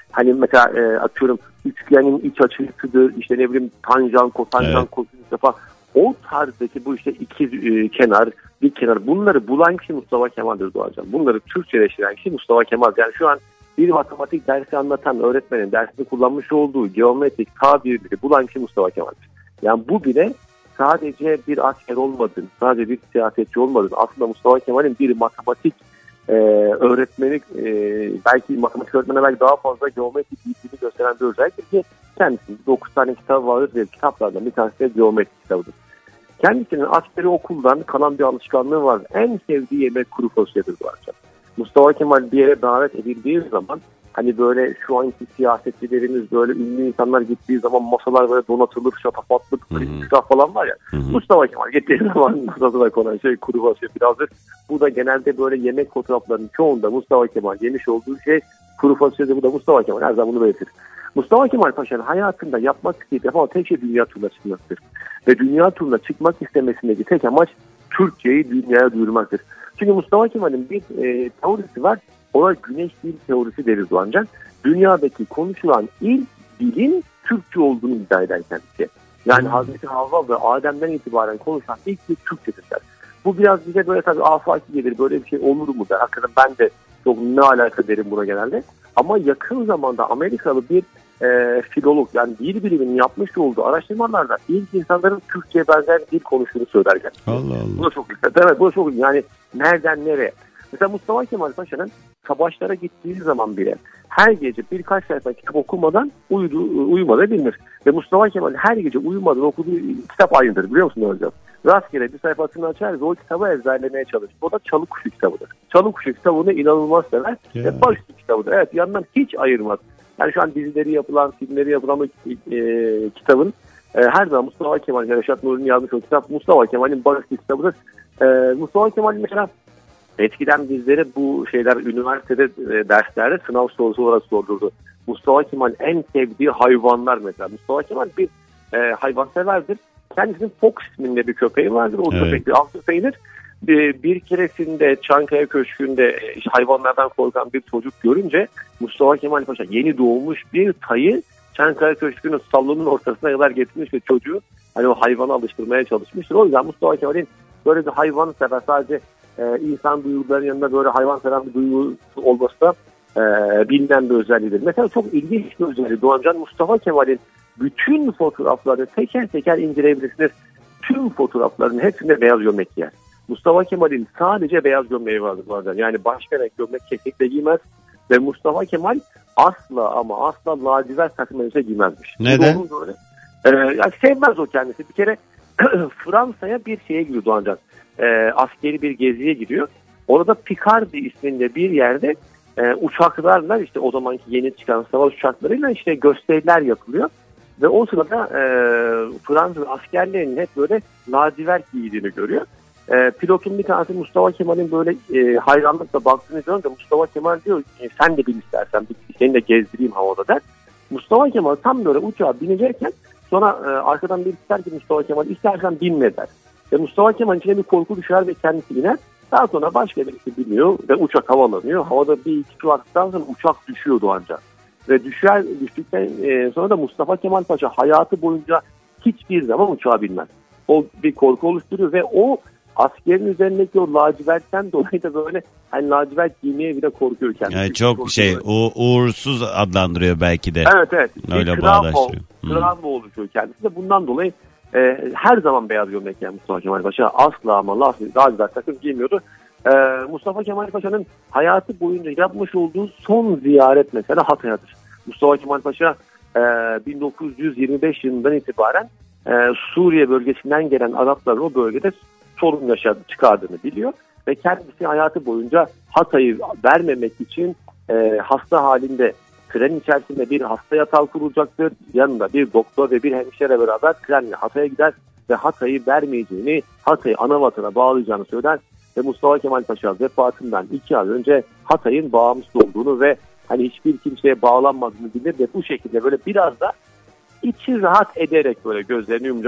hani mesela e, atıyorum üçgenin iç açısıdır, işte ne bileyim tanjant, kotanjant, evet. kosinüs falan. O tarzdaki bu işte iki e, kenar, bir kenar, bunları bulan kişi Mustafa Kemal'dir Doğacan. Bunları Türkçeleştiren kişi Mustafa Kemal. Yani şu an bir matematik dersi anlatan öğretmenin dersinde kullanmış olduğu geometrik tabirleri bulan kişi Mustafa Kemal'dir. Yani bu bile sadece bir asker olmadığını, sadece bir siyasetçi olmadığını, aslında Mustafa Kemal'in bir matematik e, öğretmeni, e, belki matematik öğretmeni belki daha fazla geometrik bildiğini gösteren bir özelliktir ki kendisinin dokuz tane kitap vardır ve kitaplardan bir tanesi de geometrik kitabıdır. Kendisinin askeri okuldan kalan bir alışkanlığı var. En sevdiği yemek kuru fasulyedir bu arada. Mustafa Kemal bir yere davet edildiği zaman, hani böyle şu anki siyasetçilerimiz, böyle ünlü insanlar gittiği zaman masalar böyle donatılır, şatafatlı, kırıkçılar falan var ya. Hı hı. Mustafa Kemal gittiği zaman masasına konan şey kuru fasulye pilavdır. Bu da genelde böyle yemek fotoğraflarının çoğunda Mustafa Kemal yemiş olduğu şey kuru fasulyedir. Bu da Mustafa Kemal her zaman bunu belirtir. Mustafa Kemal Paşa'nın hayatında yapmak istediği ama tek şey dünya turuna çıkmaktır. Ve dünya turuna çıkmak istemesindeki tek amaç Türkçeyi dünyaya duyurmaktır. Çünkü Mustafa Kemal'in bir e, teorisi var. Ona güneş dil teorisi deriz ancak. Dünyadaki konuşulan ilk dilin Türkçe olduğunu iddia eden kendisi. Yani hmm. Hazreti Havva ve Adem'den itibaren konuşulan ilk dil Türkçedir der. Bu biraz bize böyle tabii afaki gelir. Böyle bir şey olur mu der. Hakikaten ben de çok ne alaka derim buna genelde. Ama yakın zamanda Amerikalı bir e, filolog, yani dil biliminin yapmış olduğu araştırmalarda ilk insanların Türkçe'ye benzer dil konuştuğunu söylerken. Allah Allah. Bu da çok güzel. Evet, bu da çok, yani nereden nereye? Mesela Mustafa Kemal Paşa'nın savaşlara gittiği zaman bile her gece birkaç sayfa kitap okumadan uyudu, uyumadan bilinir. Ve Mustafa Kemal her gece uyumadan okuduğu kitap aynıdır, biliyor musun hocam? Rastgele bir sayfasını açar ve o kitabı ezberlemeye çalışır. O da Çalı Kuşu kitabıdır. Çalı Kuşu kitabını inanılmaz sever yeah. ve başüstü kitabıdır. Evet, yanından hiç ayırmaz. Yani şu an dizileri yapılan, filmleri yapılan e, kitabın e, her zaman Mustafa Kemal, Reşat Nuri'nin yazmış o kitap Mustafa Kemal'in başüstü kitabıdır. E, Mustafa Kemal'in mesela eskiden bizlere bu şeyler üniversitede e, derslerde sınav sorusu olarak sordurdu. Mustafa Kemal en sevdiği hayvanlar mesela. Mustafa Kemal bir e, hayvanseverdir. Kendisinin Fox isminde bir köpeği vardır. O evet. köpek bir av köpeğidir. Bir, bir keresinde Çankaya Köşkü'nde işte hayvanlardan korkan bir çocuk görünce Mustafa Kemal Paşa yeni doğmuş bir tayı Çankaya Köşkü'nün salonun ortasına kadar getirmiş ve çocuğu hani o hayvanı alıştırmaya çalışmıştır. O yüzden Mustafa Kemal'in böyle bir hayvanı sever, sadece e, insan duygularının yanında böyle hayvan seven bir duygusu olması da e, bilinen bir özelliğidir. Mesela çok ilginç bir özelliği Doğancan, Mustafa Kemal'in bütün fotoğraflarını teker teker inceleyebilirsiniz. Tüm fotoğraflarının hepsinde beyaz gömlek giyer. Mustafa Kemal'in sadece beyaz gömleği vardır bazen. Yani başka renk gömlek kesinlikle giymez. Ve Mustafa Kemal asla ama asla lacivert takım elbise giymezmiş. Neden? Ee, yani sevmez o kendisi. Bir kere Fransa'ya bir şeye gidiyor Doğancan. Ee, askeri bir geziye gidiyor. Orada Picardy isminde bir yerde e, uçaklarla, işte o zamanki yeni çıkan savaş uçaklarıyla işte gösteriler yapılıyor. Ve o sırada e, Fransız askerlerinin hep böyle lacivert giydiğini görüyor. E, pilotun bir tanesi Mustafa Kemal'in böyle e, hayranlıkla baktığını görünce Mustafa Kemal diyor e, sen de bin istersen seni de gezdireyim havada der. Mustafa Kemal tam böyle uçağa binecekken sonra e, arkadan birisi der ki Mustafa Kemal istersen binme der. Ve Mustafa Kemal içine bir korku düşer ve kendisi iner. Daha sonra başka birisi biniyor ve uçak havalanıyor. Havada bir iki tur attıktan sonra uçak düşüyor Doğanca. Ve düşer, düştükten e, sonra da Mustafa Kemal Paşa hayatı boyunca hiçbir zaman uçağa binmez. O bir korku oluşturuyor ve o askerin üzerindeki o lacivertten dolayı da böyle hani lacivert giymeye bile korkuyor kendisi. Yani çok korkuyor. Şey u- uğursuz adlandırıyor belki de. Evet evet. Öyle bağdaştırıyor. Travma oluşuyor kendisi de. Bundan dolayı e, her zaman beyaz gömlek giyen Mustafa Kemal Paşa asla ama lacivert takım giymiyordu. Ee, Mustafa Kemal Paşa'nın hayatı boyunca yapmış olduğu son ziyaret mesela Hatay'adır. Mustafa Kemal Paşa e, bin dokuz yüz yirmi beş yılından itibaren e, Suriye bölgesinden gelen Arapların o bölgede sorun yaşadı, çıkardığını biliyor. Ve kendisi hayatı boyunca Hatay'ı vermemek için e, hasta halinde tren içerisinde bir hasta yatağı kurulacaktır. Yanında bir doktor ve bir hemşire beraber trenle Hatay'a gider ve Hatay'ı vermeyeceğini, Hatay'ı ana vatana bağlayacağını söyler. Ve Mustafa Kemal Paşa vefatından iki ay önce Hatay'ın bağımsız olduğunu ve hani hiçbir kimseye bağlanmadığını bilir ve bu şekilde böyle biraz da içi rahat ederek böyle gözlerini yumacaktır.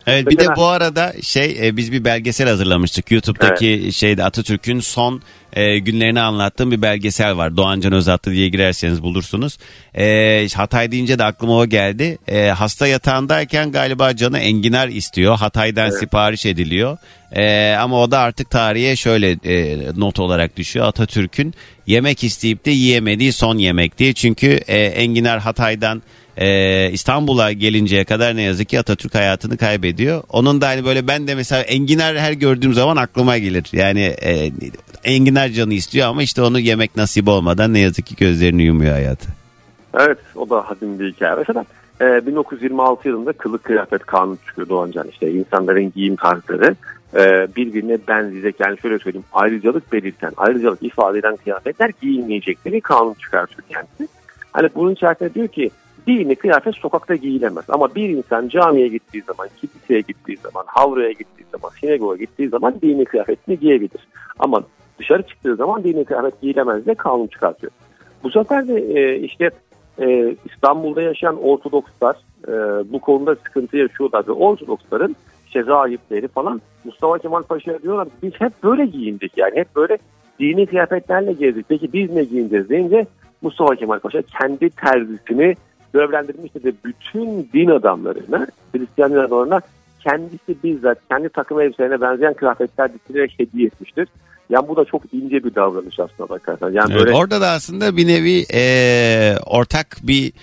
Evet, bir de bu arada şey e, biz bir belgesel hazırlamıştık. YouTube'daki evet. şeyde Atatürk'ün son e, günlerini anlattığım bir belgesel var. Doğancan Özatlı diye girerseniz bulursunuz. E, Hatay deyince de aklıma o geldi. E, hasta yatağındayken galiba canı enginar istiyor. Hatay'dan evet. sipariş ediliyor. E, ama o da artık tarihe şöyle e, not olarak düşüyor. Atatürk'ün yemek isteyip de yiyemediği son yemekti. Çünkü e, enginar Hatay'dan Ee, İstanbul'a gelinceye kadar ne yazık ki Atatürk hayatını kaybediyor. Onun da hani böyle ben de mesela enginar her gördüğüm zaman aklıma gelir. Yani e, enginar canı istiyor ama işte onu yemek nasip olmadan ne yazık ki gözlerini yumuyor hayatı. Evet, o da hadim bir hikaye. Mesela e, bin dokuz yüz yirmi altı yılında kılık kıyafet kanunu çıkıyor Doğancan. İşte insanların giyim tarzları e, birbirine benzeyecek, yani şöyle söyleyeyim, ayrıcalık belirten, ayrıcalık ifade eden kıyafetler giyilmeyecekleri kanun çıkartıyor kendisi. Hani bunun içerisinde diyor ki dini kıyafet sokakta giyilemez. Ama bir insan camiye gittiği zaman, kiliseye gittiği zaman, havluya gittiği zaman, sinagoga gittiği zaman dini kıyafetini giyebilir. Ama dışarı çıktığı zaman dini kıyafet giyilemez diye kanun çıkartıyor. Bu sefer de e, işte e, İstanbul'da yaşayan Ortodokslar e, bu konuda sıkıntı yaşıyorlar ve Ortodoksların işte rahipleri falan Mustafa Kemal Paşa'ya diyorlar ki biz hep böyle giyindik, yani hep böyle dini kıyafetlerle gezdik. Peki biz ne giyineceğiz deyince Mustafa Kemal Paşa kendi terzisini görevlendirmişti de bütün din adamlarına, Hristiyan din adamlarına kendisi bizzat kendi takım elbiselerine benzeyen kıyafetler diktirerek hediye etmiştir. Yani bu da çok ince bir davranış aslında bakarsan. Yani evet, böyle... Orada da aslında bir nevi e, ortak bir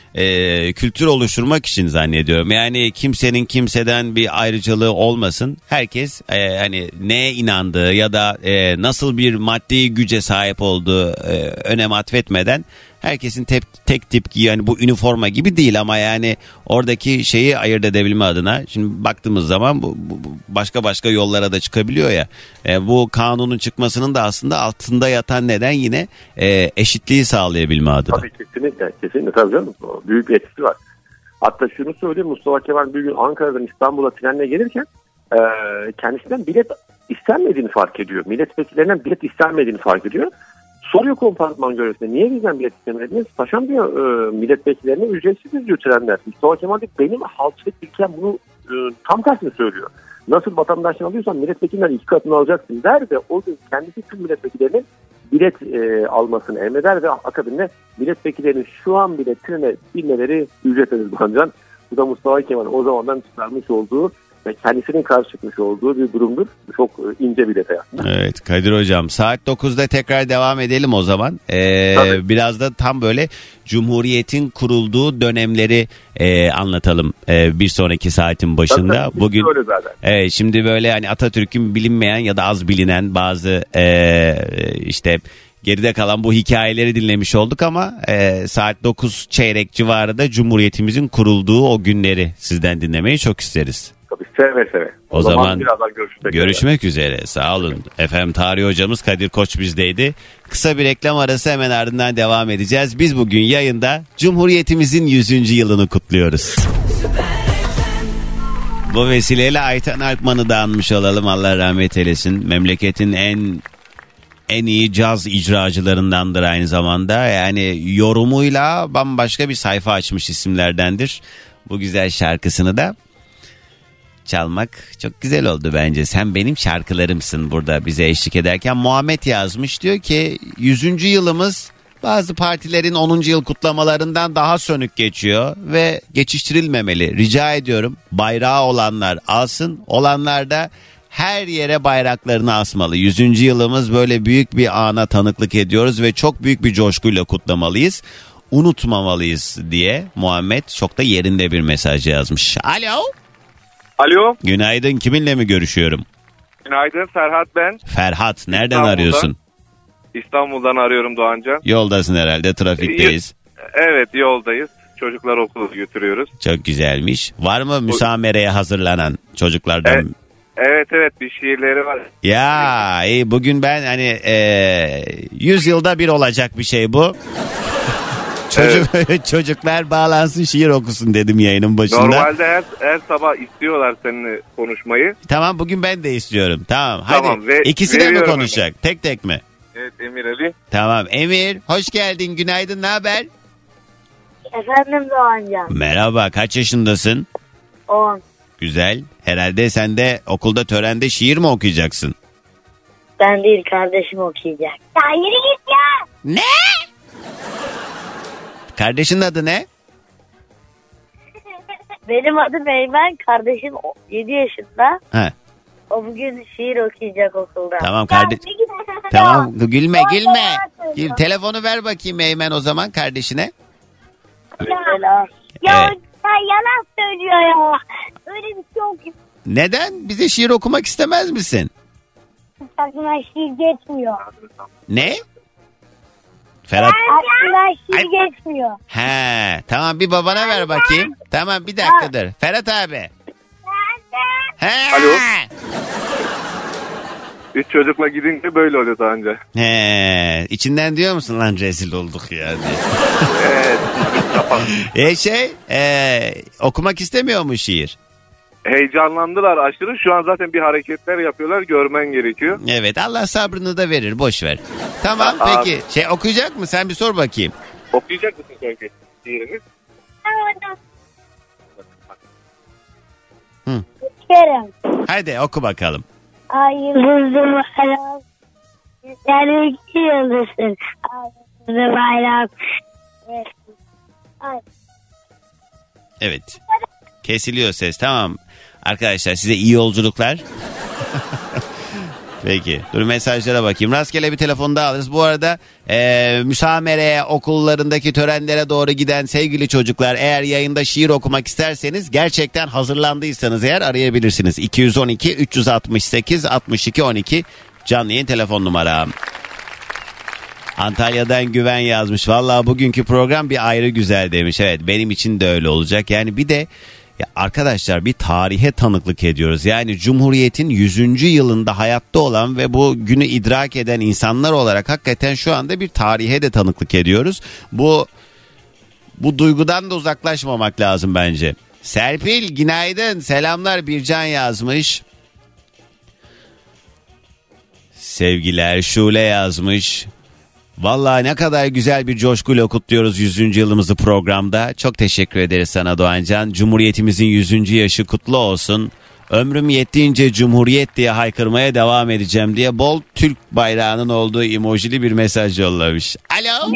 e, kültür oluşturmak için zannediyorum. Yani kimsenin kimseden bir ayrıcalığı olmasın. Herkes e, hani neye inandığı ya da e, nasıl bir maddi güce sahip olduğu e, önem atfetmeden herkesin tek, tek tip yani bu üniforma gibi değil ama yani oradaki şeyi ayırt edebilme adına şimdi baktığımız zaman bu, bu başka başka yollara da çıkabiliyor ya. E, bu kanunun çıkmasının da aslında altında yatan neden yine e, eşitliği sağlayabilme adına. Tabii kesinlikle, kesinlikle tabii canım. Büyük bir etkisi var. Hatta şunu söyleyeyim, Mustafa Kemal bir gün Ankara'dan İstanbul'a trenle gelirken e, kendisinden bilet istenmediğini fark ediyor. Milletvekillerinden bilet istenmediğini fark ediyor. Soruyor kompartman görevlisine, niye bizden bilet istemediniz? Paşam diyor e, milletvekillerine ücretsiz diyor trenler. Mustafa Kemal diyor benim halkçılık ilkem bunu e, tam tersini söylüyor. Nasıl vatandaştan alıyorsan milletvekilinden iki katını alacaksın der ve o gün kendisi tüm milletvekillerinin bilet e, almasını emreder ve akabinde milletvekillerinin şu an bile trene binmeleri ücretsiz Doğancan. Bu da Mustafa Kemal o zamandan çıkarmış olduğu ve kendisinin karşı çıkmış olduğu bir durumdur. Çok ince bir detay aslında. Evet Kadir Hocam, saat dokuzda tekrar devam edelim o zaman. Ee, biraz da tam böyle Cumhuriyet'in kurulduğu dönemleri e, anlatalım e, bir sonraki saatin başında. Tabii, bugün evet, şimdi böyle hani Atatürk'ün bilinmeyen ya da az bilinen bazı e, işte geride kalan bu hikayeleri dinlemiş olduk ama e, saat dokuz çeyrek civarı da Cumhuriyetimizin kurulduğu o günleri sizden dinlemeyi çok isteriz. Tabii seve seve. O, o zaman, zaman birazdan görüşmek, görüşmek üzere. üzere. Sağ olun. Evet. Efendim tarih hocamız Kadir Koç bizdeydi. Kısa bir reklam arası, hemen ardından devam edeceğiz. Biz bugün yayında Cumhuriyetimizin yüzüncü yılını kutluyoruz. Bu vesileyle Ayten Alpman'ı da anmış olalım. Allah rahmet eylesin. Memleketin en en iyi caz icracılarındandır aynı zamanda. Yani yorumuyla bambaşka bir sayfa açmış isimlerdendir. Bu güzel şarkısını da çalmak çok güzel oldu bence. Sen benim şarkılarımsın burada bize eşlik ederken. Muhammed yazmış, diyor ki yüzüncü yılımız bazı partilerin onuncu yıl kutlamalarından daha sönük geçiyor ve geçiştirilmemeli. Rica ediyorum, bayrağı olanlar alsın, olanlar da her yere bayraklarını asmalı. yüzüncü yılımız böyle büyük bir ana tanıklık ediyoruz ve çok büyük bir coşkuyla kutlamalıyız. Unutmamalıyız diye Muhammed çok da yerinde bir mesaj yazmış. Alo. Alo. Günaydın, kiminle mi görüşüyorum? Günaydın, Ferhat ben. Ferhat, nereden İstanbul'dan arıyorsun? İstanbul'dan arıyorum Doğancan. Yoldasın herhalde, trafikteyiz. Evet, yoldayız. Çocuklar okula götürüyoruz. Çok güzelmiş. Var mı müsamereye hazırlanan çocuklardan? Evet. Evet evet bir şiirleri var. Ya iyi, bugün ben hani e, yüz yılda bir olacak bir şey bu. Çocuk, evet. Çocuklar bağlansın, şiir okusun dedim yayının başında. Normalde her, her sabah istiyorlar seninle konuşmayı. Tamam, bugün ben de istiyorum. Tamam, hadi tamam, ve, ikisi de mi konuşacak? Hemen. Tek tek mi? Evet, Emir Ali. Tamam Emir, hoş geldin, günaydın, ne haber? Efendim Doğancan. Merhaba, kaç yaşındasın? on. Güzel. Herhalde sen de okulda törende şiir mi okuyacaksın? Ben değil, kardeşim okuyacak. Ya yürü git ya. Ne? Kardeşinin adı ne? Benim adım Eymen, kardeşim yedi yaşında. Ha. O bugün şiir okuyacak okulda. Tamam kardeş. Tamam gülme gülme. Gül, telefonu ver bakayım Eymen o zaman kardeşine. Mesela. Ya Evet. sen yalan söylüyor ya. Öyle bir şey yok. Neden? Bize şiir okumak istemez misin? Aklına şiir geçmiyor. Ne? Ferhat. Aklına şiir Ay. geçmiyor. He, tamam bir babana ver bakayım. Tamam bir dakika dur. Ferhat abi. He. Alo. Üç çocukla gidince böyle oluyor daha önce. He, içinden diyor musun lan rezil olduk ya diye. Evet. E şey, e, okumak istemiyor mu şiir? Heyecanlandılar aşırı. Şu an zaten bir hareketler yapıyorlar. Görmen gerekiyor. Evet, Allah sabrını da verir, boş ver. Tamam Abi. peki. Şey okuyacak mı? Sen bir sor bakayım. Okuyacak mısın sanki şiiriniz? Hı. Kerem. Hadi oku bakalım. Ay yıldızım aram. Yani iki yıldızsın. Ay bayram. Ay. Evet. Kesiliyor ses, tamam. Arkadaşlar size iyi yolculuklar. Peki. Dur mesajlara bakayım. Rastgele bir telefon daha alırız. Bu arada e, müsamereye, okullarındaki törenlere doğru giden sevgili çocuklar, eğer yayında şiir okumak isterseniz, gerçekten hazırlandıysanız eğer arayabilirsiniz. iki yüz on iki üç yüz altmış sekiz altmış iki on iki canlı yayın telefon numaram. Antalya'dan Güven yazmış. Vallahi bugünkü program bir ayrı güzel demiş. Evet, benim için de öyle olacak. Yani bir de ya arkadaşlar, bir tarihe tanıklık ediyoruz. Yani Cumhuriyet'in yüzüncü yılında hayatta olan ve bu günü idrak eden insanlar olarak hakikaten şu anda bir tarihe de tanıklık ediyoruz. Bu bu duygudan da uzaklaşmamak lazım bence. Serpil günaydın, selamlar, Bircan yazmış. Sevgiler, Şule yazmış. Vallahi ne kadar güzel bir coşkuyla kutluyoruz yüzüncü yılımızı programda. Çok teşekkür ederiz sana Doğancan. Cumhuriyetimizin yüzüncü yaşı kutlu olsun. Ömrüm yettiğince Cumhuriyet diye haykırmaya devam edeceğim diye bol Türk bayrağının olduğu emojili bir mesaj yollamış. Alo.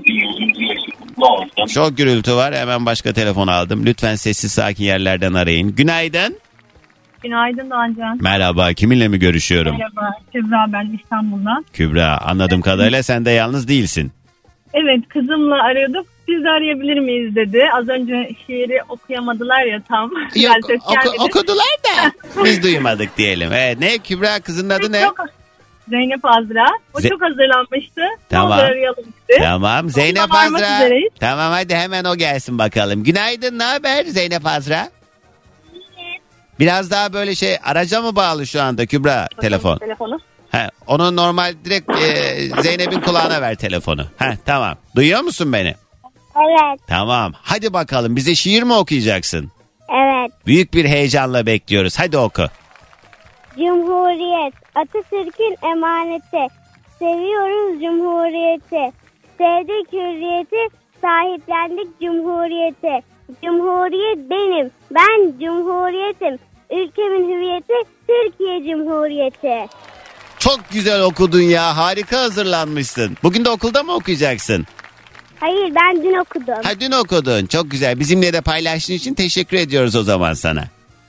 Çok gürültü var, hemen başka telefon aldım. Lütfen sessiz sakin yerlerden arayın. Günaydın. Günaydın Doğancan. Merhaba, kiminle mi görüşüyorum? Merhaba, Kübra ben İstanbul'dan. Kübra, anladığım kadarıyla sen de yalnız değilsin. Evet, kızımla arıyorduk. Biz de arayabilir miyiz dedi. Az önce şiiri okuyamadılar ya tam. Yok, ses oku, okudular da biz duymadık diyelim. Evet, ne Kübra, kızın adı ne? Çok, Zeynep Azra. O Ze- çok hazırlanmıştı. Tamam. Ne olur arayalım dedi. Tamam, Zeynep Onunla varmak Azra. üzereyiz. Tamam, hadi hemen o gelsin bakalım. Günaydın, ne haber Zeynep Azra? Biraz daha böyle şey, araca mı bağlı şu anda Kübra telefon? Telefonu. He, onu normal direkt e, Zeynep'in kulağına ver telefonu. He, tamam. Duyuyor musun beni? Evet. Tamam. Hadi bakalım, bize şiir mi okuyacaksın? Evet. Büyük bir heyecanla bekliyoruz. Hadi oku. Cumhuriyet, Atatürk'ün emaneti. Seviyoruz Cumhuriyeti. Sevdik hürriyeti, sahiplendik Cumhuriyeti. Cumhuriyet benim, ben Cumhuriyetim. Ülkemin hüviyeti Türkiye Cumhuriyeti. Çok güzel okudun ya. Harika hazırlanmışsın. Bugün de okulda mı okuyacaksın? Hayır, ben dün okudum. Ha, dün okudun. Çok güzel. Bizimle de paylaştığın için teşekkür ediyoruz o zaman sana.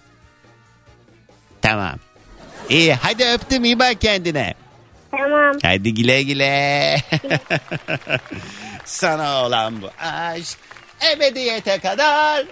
Tamam. İyi, hadi öptüm, iyi bak kendine. Tamam. Hadi güle güle. Sana olan bu aşk ebediyete kadar.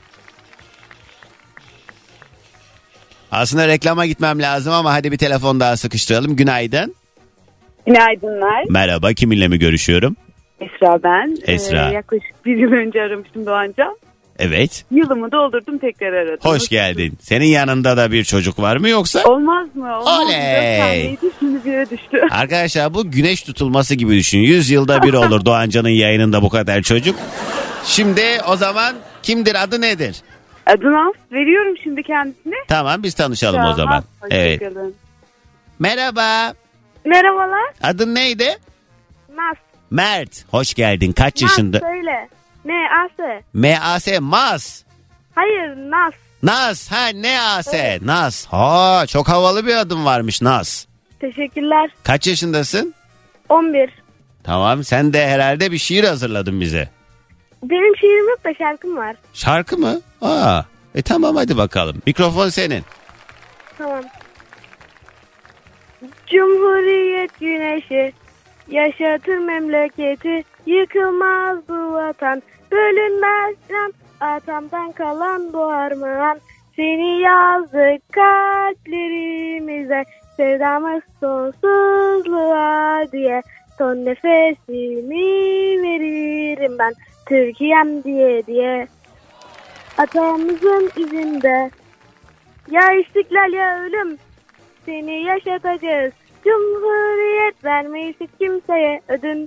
Aslında reklama gitmem lazım ama hadi bir telefon daha sıkıştıralım. Günaydın. Günaydınlar. Merhaba, kiminle mi görüşüyorum? Esra ben. Esra. Ee, yaklaşık bir yıl önce aramıştım Doğancan. Evet. Yılımı doldurdum, tekrar aradım. Hoş geldin. Senin yanında da bir çocuk var mı yoksa? Olmaz mı? Olmaz. Oley. Şimdi bir yere düştü. Arkadaşlar, bu güneş tutulması gibi düşün. yüz yılda bir olur Doğancan'ın yayınında bu kadar çocuk. Şimdi o zaman kimdir, adı nedir? Adını al, veriyorum şimdi kendisine. Tamam, biz tanışalım Tamam, o zaman. Evet. hoşçakalın. Merhaba. Merhabalar. Adın neydi? Naz. Mert. Hoş geldin. Kaç Naz yaşında? söyle. Ne Ası? M A S Mas. Hayır, Naz. Naz. Ha ne Ase? Evet. Naz. Ha çok havalı bir adım varmış Naz. Teşekkürler. Kaç yaşındasın? on bir. Tamam, sen de herhalde bir şiir hazırladın bize. Benim şiirim yok da şarkım var. Şarkı mı? Aa, e tamam hadi bakalım. Mikrofon senin. Tamam. Cumhuriyet güneşi yaşatır memleketi, yıkılmaz bu vatan, bölünmez can, atamdan kalan bu armağan. Seni yazdık kalplerimize, sevdamız sonsuzluğa diye. Son nefesimi veririm ben Türkiye'm diye diye. Atamızın izinde, ya istiklal ya ölüm, seni yaşatacağız. Cumhuriyet vermeyiz kimseye ödün.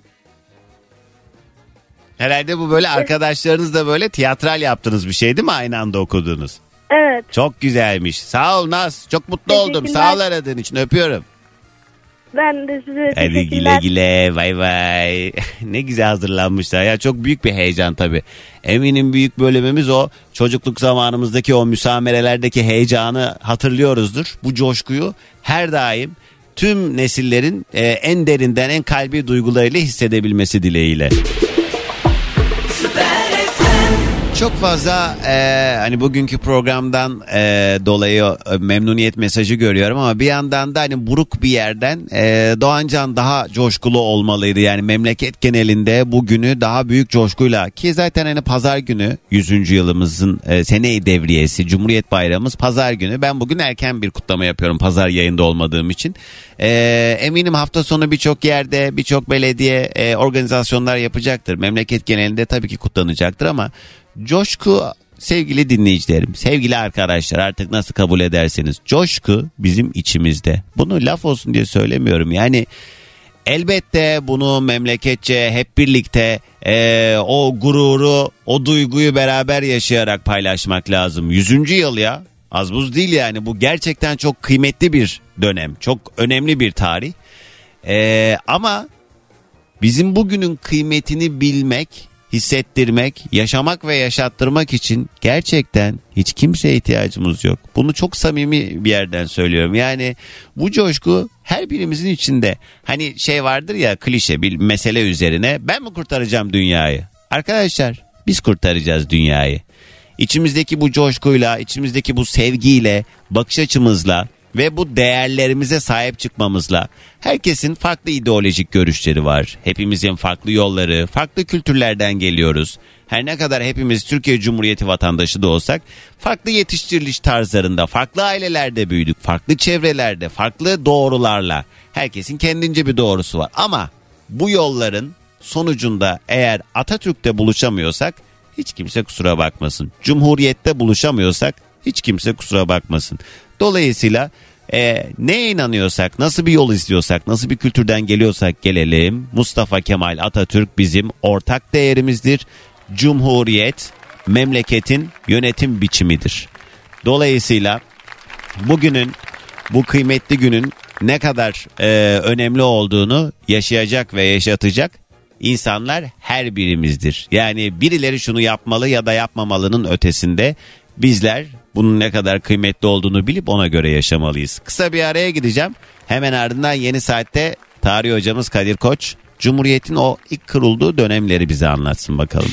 Herhalde bu böyle arkadaşlarınızla böyle tiyatral yaptığınız bir şey değil mi? Aynı anda okudunuz. Evet. Çok güzelmiş. Sağ ol Naz. Çok mutlu oldum. Sağ ol aradığın için. Öpüyorum. Ben de size Hadi teşekkürler. güle güle. Bay bay. Ne güzel hazırlanmışlar. Ya çok büyük bir heyecan tabii. Eminim büyük bölümümüz o. Çocukluk zamanımızdaki o müsamerelerdeki heyecanı hatırlıyoruzdur. Bu coşkuyu her daim tüm nesillerin e, en derinden en kalbi duygularıyla hissedebilmesi dileğiyle. Çok fazla e, hani bugünkü programdan e, dolayı e, memnuniyet mesajı görüyorum ama bir yandan da hani buruk bir yerden e, Doğancan daha coşkulu olmalıydı. Yani memleket genelinde bugünü daha büyük coşkuyla, ki zaten hani pazar günü yüzüncü yılımızın e, sene-i devriyesi Cumhuriyet Bayramımız pazar günü. Ben bugün erken bir kutlama yapıyorum pazar yayında olmadığım için. E, eminim hafta sonu birçok yerde birçok belediye e, organizasyonlar yapacaktır. Memleket genelinde tabii ki kutlanacaktır ama coşku, sevgili dinleyicilerim, sevgili arkadaşlar, artık nasıl kabul ederseniz, coşku bizim içimizde. Bunu laf olsun diye söylemiyorum. Yani elbette bunu memleketçe hep birlikte e, o gururu, o duyguyu beraber yaşayarak paylaşmak lazım. Yüzüncü yıl ya, az buz değil yani, bu gerçekten çok kıymetli bir dönem, çok önemli bir tarih. E, ama bizim bugünün kıymetini bilmek, hissettirmek, yaşamak ve yaşattırmak için gerçekten hiç kimseye ihtiyacımız yok. Bunu çok samimi bir yerden söylüyorum. Yani bu coşku her birimizin içinde. Hani şey vardır ya, klişe bir mesele üzerine, ben mi kurtaracağım dünyayı? Arkadaşlar, biz kurtaracağız dünyayı. İçimizdeki bu coşkuyla, içimizdeki bu sevgiyle, bakış açımızla ve bu değerlerimize sahip çıkmamızla. Herkesin farklı ideolojik görüşleri var. Hepimizin farklı yolları, farklı kültürlerden geliyoruz. Her ne kadar hepimiz Türkiye Cumhuriyeti vatandaşı da olsak, farklı yetiştiriliş tarzlarında, farklı ailelerde büyüdük, farklı çevrelerde, farklı doğrularla. Herkesin kendince bir doğrusu var. Ama bu yolların sonucunda eğer Atatürk'te buluşamıyorsak hiç kimse kusura bakmasın. Cumhuriyette buluşamıyorsak hiç kimse kusura bakmasın. Dolayısıyla e, neye inanıyorsak, nasıl bir yol istiyorsak, nasıl bir kültürden geliyorsak gelelim, Mustafa Kemal Atatürk bizim ortak değerimizdir. Cumhuriyet memleketin yönetim biçimidir. Dolayısıyla bugünün, bu kıymetli günün ne kadar e, önemli olduğunu yaşayacak ve yaşatacak insanlar her birimizdir. Yani birileri şunu yapmalı ya da yapmamalının ötesinde bizler bunun ne kadar kıymetli olduğunu bilip ona göre yaşamalıyız. Kısa bir araya gideceğim. Hemen ardından yeni saatte tarih hocamız Kadir Koç, Cumhuriyet'in o ilk kurulduğu dönemleri bize anlatsın bakalım.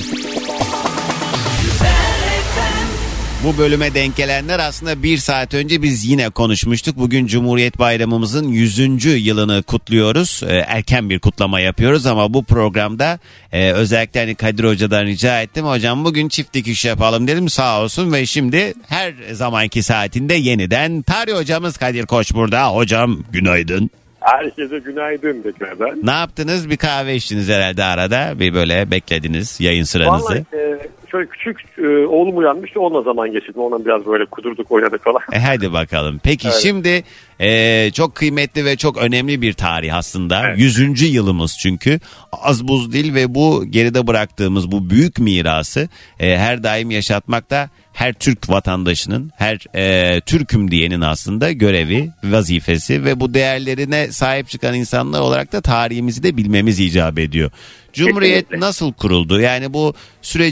Bu bölüme denk gelenler aslında bir saat önce biz yine konuşmuştuk. Bugün Cumhuriyet Bayramımızın yüzüncü yılını kutluyoruz. Ee, erken bir kutlama yapıyoruz ama bu programda e, özellikle hani Kadir Hoca'dan rica ettim. Hocam bugün çift dikiş yapalım dedim, sağ olsun ve şimdi her zamanki saatinde yeniden tarih hocamız Kadir Koç burada. Hocam günaydın. Herkese günaydın tekrardan. Ne yaptınız? Bir kahve içtiniz herhalde arada. Bir böyle beklediniz yayın sıranızı. Vallahi e, şöyle küçük e, oğlum uyanmıştı, onunla zaman geçirdim. Onunla biraz böyle kudurduk, oynadık falan. E hadi bakalım. Peki evet. Şimdi e, çok kıymetli ve çok önemli bir tarih aslında. Evet. yüzüncü yılımız çünkü. Az buz değil ve bu geride bıraktığımız bu büyük mirası e, her daim yaşatmakta her Türk vatandaşının, her e, Türk'üm diyenin aslında görevi, vazifesi ve bu değerlerine sahip çıkan insanlar olarak da tarihimizi de bilmemiz icap ediyor. Cumhuriyet nasıl kuruldu? Yani bu sürecin aslında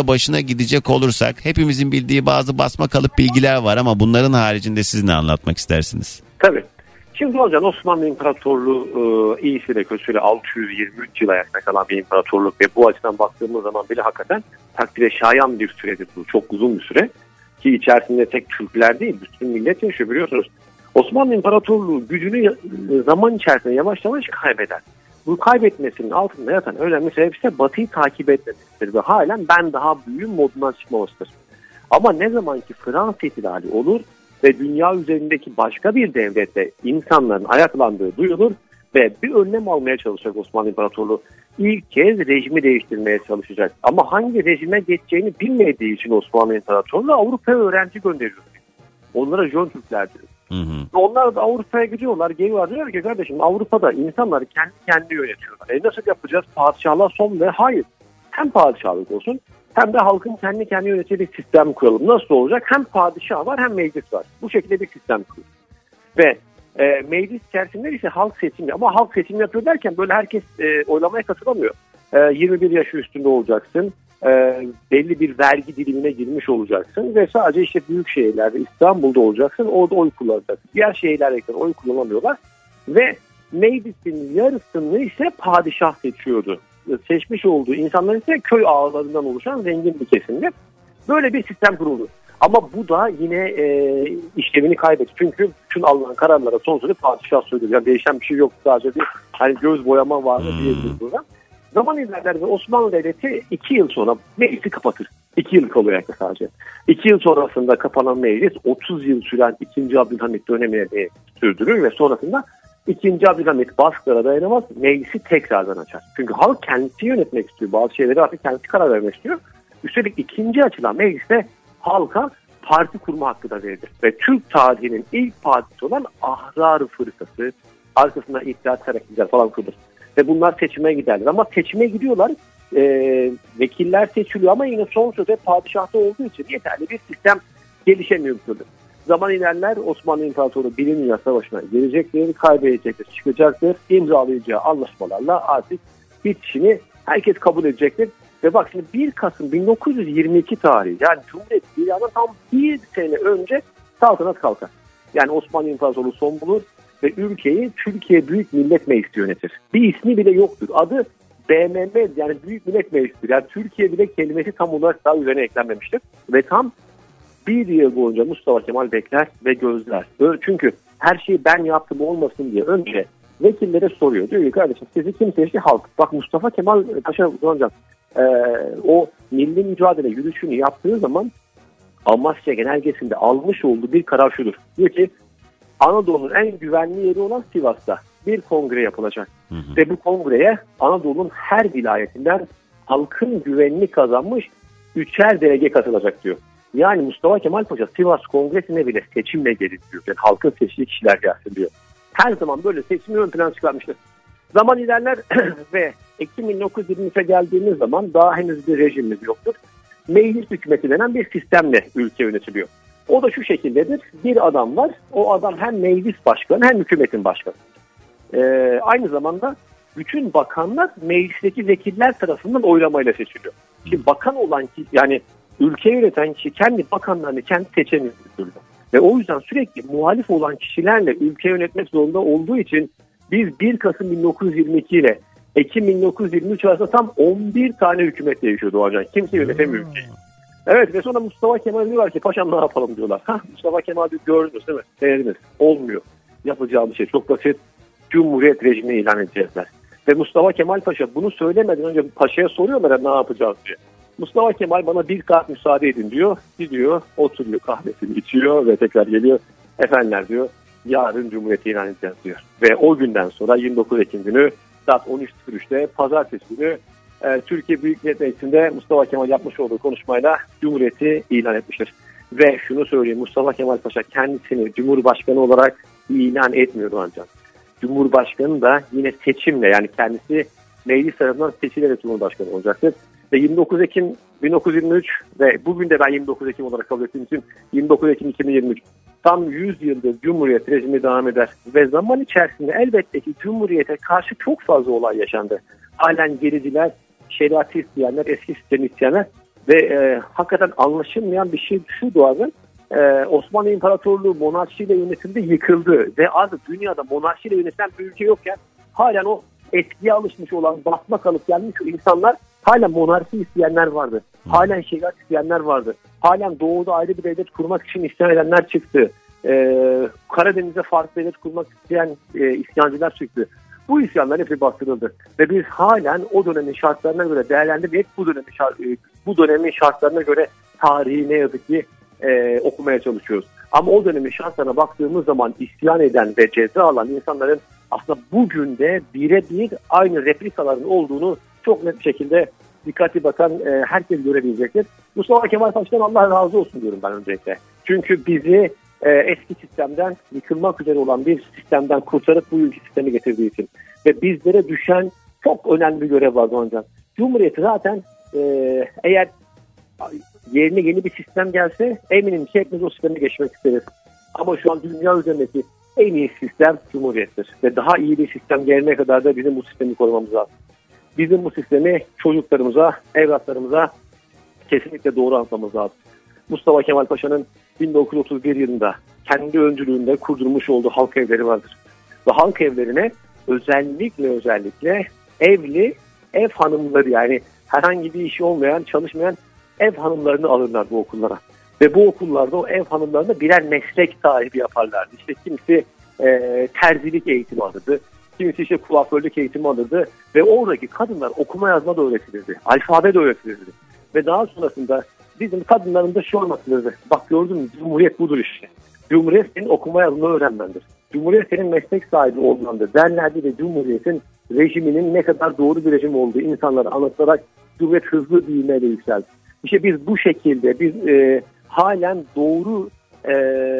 da başına gidecek olursak hepimizin bildiği bazı basma kalıp bilgiler var ama bunların haricinde siz ne anlatmak istersiniz? Tabii. Şimdi hocam Osmanlı İmparatorluğu e, iyisiyle kötüsüyle altı yüz yirmi üç yıl ayakta kalan bir imparatorluk ve bu açıdan baktığımız zaman bile hakikaten takdire şayan bir süredir bu. Çok uzun bir süre ki içerisinde tek Türkler değil bütün millet yaşıyor biliyorsunuz. Osmanlı İmparatorluğu gücünü zaman içerisinde yavaş yavaş kaybeder. Bu kaybetmesinin altında yatan önemli sebep ise Batı'yı takip etmemesidir ve halen ben daha büyüğüm modundan çıkmamasıdır. Ama ne zaman ki Fransız ihtilali olur ve dünya üzerindeki başka bir devlette insanların ayaklandığı duyulur ve bir önlem almaya çalışacak Osmanlı İmparatorluğu. İlk kez rejimi değiştirmeye çalışacak. Ama hangi rejime geçeceğini bilmediği için Osmanlı İmparatorluğu Avrupa'ya öğrenci gönderiyor. Onlara Jön Türkler diyor. Hı hı. Onlar da Avrupa'ya gidiyorlar, geliyorlar diyor ki kardeşim Avrupa'da insanları kendi kendine yönetiyorlar. E nasıl yapacağız? Padişahlığa son ve hayır. Hem padişahlık olsun hem de halkın kendi kendine yöneteceği bir sistem kuralım. Nasıl olacak? Hem padişah var hem meclis var. Bu şekilde bir sistem kurulur. Ve e, meclis içerisinde ise halk seçimi ama halk seçim yapıyor derken böyle herkes e, oylamaya katılamıyor. E, yirmi bir yaş üstünde olacaksın. E, belli bir vergi dilimine girmiş olacaksın ve sadece işte büyük şehirlerde İstanbul'da olacaksın, orada oy kullanacaksın. Diğer şehirlerde oy kullanamıyorlar ve meclisin yarısını ise padişah seçiyordu. Seçmiş olduğu insanlar ise köy ağalarından oluşan zengin bir kesimdi. Böyle bir sistem kuruldu. Ama bu da yine e, işlevini kaybetti. Çünkü bütün alınan kararlara son sözü padişah söylüyor. Yani değişen bir şey yok. Sadece bir hani göz boyama var hmm. diyebiliriz burada. Zaman ilerler ve Osmanlı Devleti iki yıl sonra meclisi kapatır. iki yıl kalıyor yani sadece. iki yıl sonrasında kapanan meclis otuz yıl süren ikinci. Abdülhamit dönemini sürdürür ve sonrasında ikinci. Abdülhamit baskılara dayanamaz, meclisi tekrardan açar. Çünkü halk kendisi yönetmek istiyor. Bazı şeyleri artık kendisi karar vermek istiyor. Üstelik ikinci açılan mecliste halka parti kurma hakkı da verilir. Ve Türk tarihinin ilk partisi olan Ahrar Fırkası, arkasında İttihat Terakkiler falan kurulur. Ve bunlar seçime giderler. Ama seçime gidiyorlar, e, vekiller seçiliyor ama yine son sözde padişahta olduğu için yeterli bir sistem gelişemiyor bir türlü. Zaman ilerler Osmanlı İmparatorluğu Birinci Dünya Savaşı'na girecektir, kaybedecektir, çıkacaktır. İmzalayacağı anlaşmalarla artık bitişini herkes kabul edecektir. Ve bak şimdi bir Kasım bin dokuz yüz yirmi iki tarihi yani Cumhuriyet ilanından tam bir sene önce saltanat kalkar. Yani Osmanlı İmparatorluğu son bulur ve ülkeyi Türkiye Büyük Millet Meclisi yönetir. Bir ismi bile yoktur. Adı B M M yani Büyük Millet Meclisi'dir. Yani Türkiye bile kelimesi tam olarak daha üzerine eklenmemiştir. Ve tam bir yıl boyunca Mustafa Kemal bekler ve gözler. Çünkü her şeyi ben yaptım olmasın diye önce vekillere soruyor. Diyor ki kardeşim sizi kim seçti? Halk. Bak Mustafa Kemal Paşa hocam e, o milli mücadele yürüyüşünü yaptığı zaman Amasya Genelgesi'nde almış olduğu bir karar şudur. Diyor ki Anadolu'nun en güvenli yeri olan Sivas'ta bir kongre yapılacak. Hı hı. Ve bu kongreye Anadolu'nun her vilayetinden halkın güvenini kazanmış üçer delege katılacak diyor. Yani Mustafa Kemal Paşa Sivas Kongresi'ne bile seçimle gelir diyor. Yani halkın seçtiği kişiler gelsin diyor. Her zaman böyle seçimi ön plana çıkarmıştır. Zaman ilerler ve Ekim bin dokuz yüz yirmi üçe geldiğimiz zaman daha henüz bir rejimimiz yoktur. Meclis hükümeti denen bir sistemle ülke yönetiliyor. O da şu şekildedir. Bir adam var. O adam hem meclis başkanı hem hükümetin başkanı. Ee, aynı zamanda bütün bakanlar meclisteki vekiller tarafından oylamayla seçiliyor. Şimdi bakan olan ki yani ülke yöneten kişi kendi bakanlarını kendi seçemiyor. Ve o yüzden sürekli muhalif olan kişilerle ülke yönetmek zorunda olduğu için biz bir Kasım bin dokuz yüz yirmi iki ile Ekim bin dokuz yüz yirmi üç arasında tam on bir tane hükümet değişiyordu hocam. Kimse yönetemiyor ülkeyi. Evet ve sonra Mustafa Kemal diyorlar ki paşam ne yapalım diyorlar. Hah, Mustafa Kemal diyor gördünüz değil mi? Seyrediniz. Olmuyor. Yapacağı bir şey çok basit. Cumhuriyet rejimini ilan edecekler. Ve Mustafa Kemal Paşa bunu söylemeden önce paşaya soruyorlar ne yapacağız diye. Mustafa Kemal bana bir saat müsaade edin diyor. Gidiyor, oturuyor, kahvesini içiyor ve tekrar geliyor. Efendiler diyor, yarın Cumhuriyeti ilan edeceğiz diyor. Ve o günden sonra yirmi dokuz Ekim günü saat on üç sıfır üçte pazartesi günü e, Türkiye Büyük Millet Meclisi'nde Mustafa Kemal yapmış olduğu konuşmayla Cumhuriyeti ilan etmiştir. Ve şunu söyleyeyim, Mustafa Kemal Paşa kendisini Cumhurbaşkanı olarak ilan etmiyordu ancak. Cumhurbaşkanı da yine seçimle yani kendisi meclis tarafından seçilerek Cumhurbaşkanı olacaktır. Ve yirmi dokuz Ekim bin dokuz yüz yirmi üç ve bugün de ben yirmi dokuz Ekim olarak kabul ettiğim için yirmi dokuz Ekim iki bin yirmi üç tam yüz yıldır Cumhuriyet rejimi devam eder. Ve zaman içerisinde elbette ki Cumhuriyete karşı çok fazla olay yaşandı. Halen gericiler, şeriatı isteyenler, eski sistemi isteyenler Ve e, hakikaten anlaşılmayan bir şey şuydu abi. E, Osmanlı İmparatorluğu monarşiyle yönetildi, yıkıldı. Ve artık dünyada monarşiyle yönetilen bir ülke yokken halen o eskiye alışmış olan, basma kalıp gelmiş insanlar, halen monarşi isteyenler vardı. Halen şeriat isteyenler vardı. Halen doğuda ayrı bir devlet kurmak için isyan edenler çıktı. Ee, Karadeniz'de farklı devlet kurmak isteyen e, isyancılar çıktı. Bu isyanlar hepsi bastırıldı. Ve biz halen o dönemin şartlarına göre değerlendirerek bu dönemin, şart, e, bu dönemin şartlarına göre tarihi ne yazık ki e, okumaya çalışıyoruz. Ama o dönemin şartlarına baktığımız zaman isyan eden ve ceza alan insanların aslında bugün de birebir aynı replikaların olduğunu çok net bir şekilde dikkatli bakan e, herkes görebilecektir. Mustafa Kemal Paşa'dan Allah razı olsun diyorum ben öncelikle. Çünkü bizi e, eski sistemden, yıkılmak üzere olan bir sistemden kurtarıp bu ülke sistemi getirdiği için. Ve bizlere düşen çok önemli bir görev var Doğancan. Cumhuriyeti zaten e, eğer yerine yeni bir sistem gelse eminim ki hepimiz o sisteme geçmek isteriz. Ama şu an dünya üzerindeki en iyi sistem Cumhuriyettir. Ve daha iyi bir sistem gelene kadar da bizim bu sistemi korumamız lazım. Bizim bu sistemi çocuklarımıza, evlatlarımıza kesinlikle doğru anlatmamız lazım. Mustafa Kemal Paşa'nın bin dokuz yüz otuz bir yılında kendi öncülüğünde kurdurmuş olduğu halk evleri vardır. Ve halk evlerine özellikle özellikle evli ev hanımları, yani herhangi bir işi olmayan, çalışmayan ev hanımlarını alırlar bu okullara. Ve bu okullarda o ev hanımlarını birer meslek sahibi yaparlardı. İşte kimisi e, terzilik eğitimi alırdı. Kimisi işte kuaförlük eğitimi alırdı. Ve oradaki kadınlar okuma yazma da öğretilirdi. Alfabe de öğretilirdi. Ve daha sonrasında bizim kadınlarımıza şu anlatılırdı. Bak gördün mü, Cumhuriyet budur işte. Cumhuriyet senin okuma yazma öğrenmendir. Cumhuriyet senin meslek sahibi olmandır derlerdi ve Cumhuriyet'in rejiminin ne kadar doğru bir rejim olduğu insanlara anlatarak Cumhuriyet hızlı büyümeyle yükseldi. İşte biz bu şekilde, biz e, halen doğru e,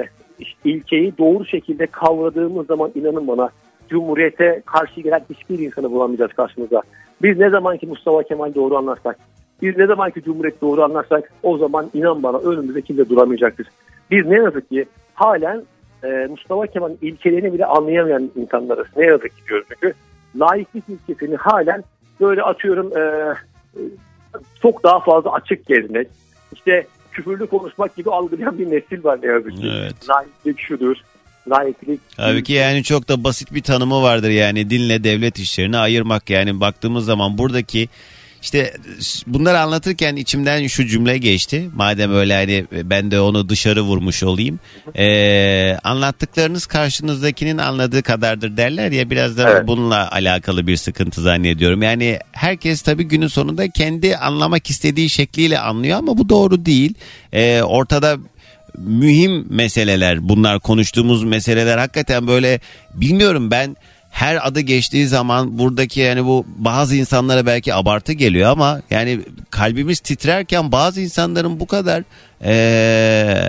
ilkeyi doğru şekilde kavradığımız zaman inanın bana Cumhuriyete karşı gelen hiçbir insanı bulamayacağız karşımıza. Biz ne zaman ki Mustafa Kemal doğru anlarsak, biz ne zaman ki Cumhuriyet doğru anlarsak o zaman inan bana önümüzde kimse duramayacaktır. Biz ne yazık ki halen e, Mustafa Kemal'in ilkelerini bile anlayamayan insanlarız. Ne yazık ki diyoruz çünkü laiklik ilkesini halen böyle atıyorum e, çok daha fazla açık gezmek, işte küfürlü konuşmak gibi algılayan bir nesil var ne yazık ki. Evet. Laiklik şudur. Laiklik. Tabii ki yani çok da basit bir tanımı vardır yani dinle devlet işlerini ayırmak. Yani baktığımız zaman buradaki işte bunları anlatırken içimden şu cümle geçti. Madem öyle hani ben de onu dışarı vurmuş olayım. Ee, anlattıklarınız karşınızdakinin anladığı kadardır derler ya, biraz da evet, bununla alakalı bir sıkıntı zannediyorum. Yani herkes tabii günün sonunda kendi anlamak istediği şekliyle anlıyor ama bu doğru değil. Ee, ortada mühim meseleler, bunlar konuştuğumuz meseleler hakikaten böyle, bilmiyorum, ben her adı geçtiği zaman buradaki yani bu bazı insanlara belki abartı geliyor ama yani kalbimiz titrerken bazı insanların bu kadar ee,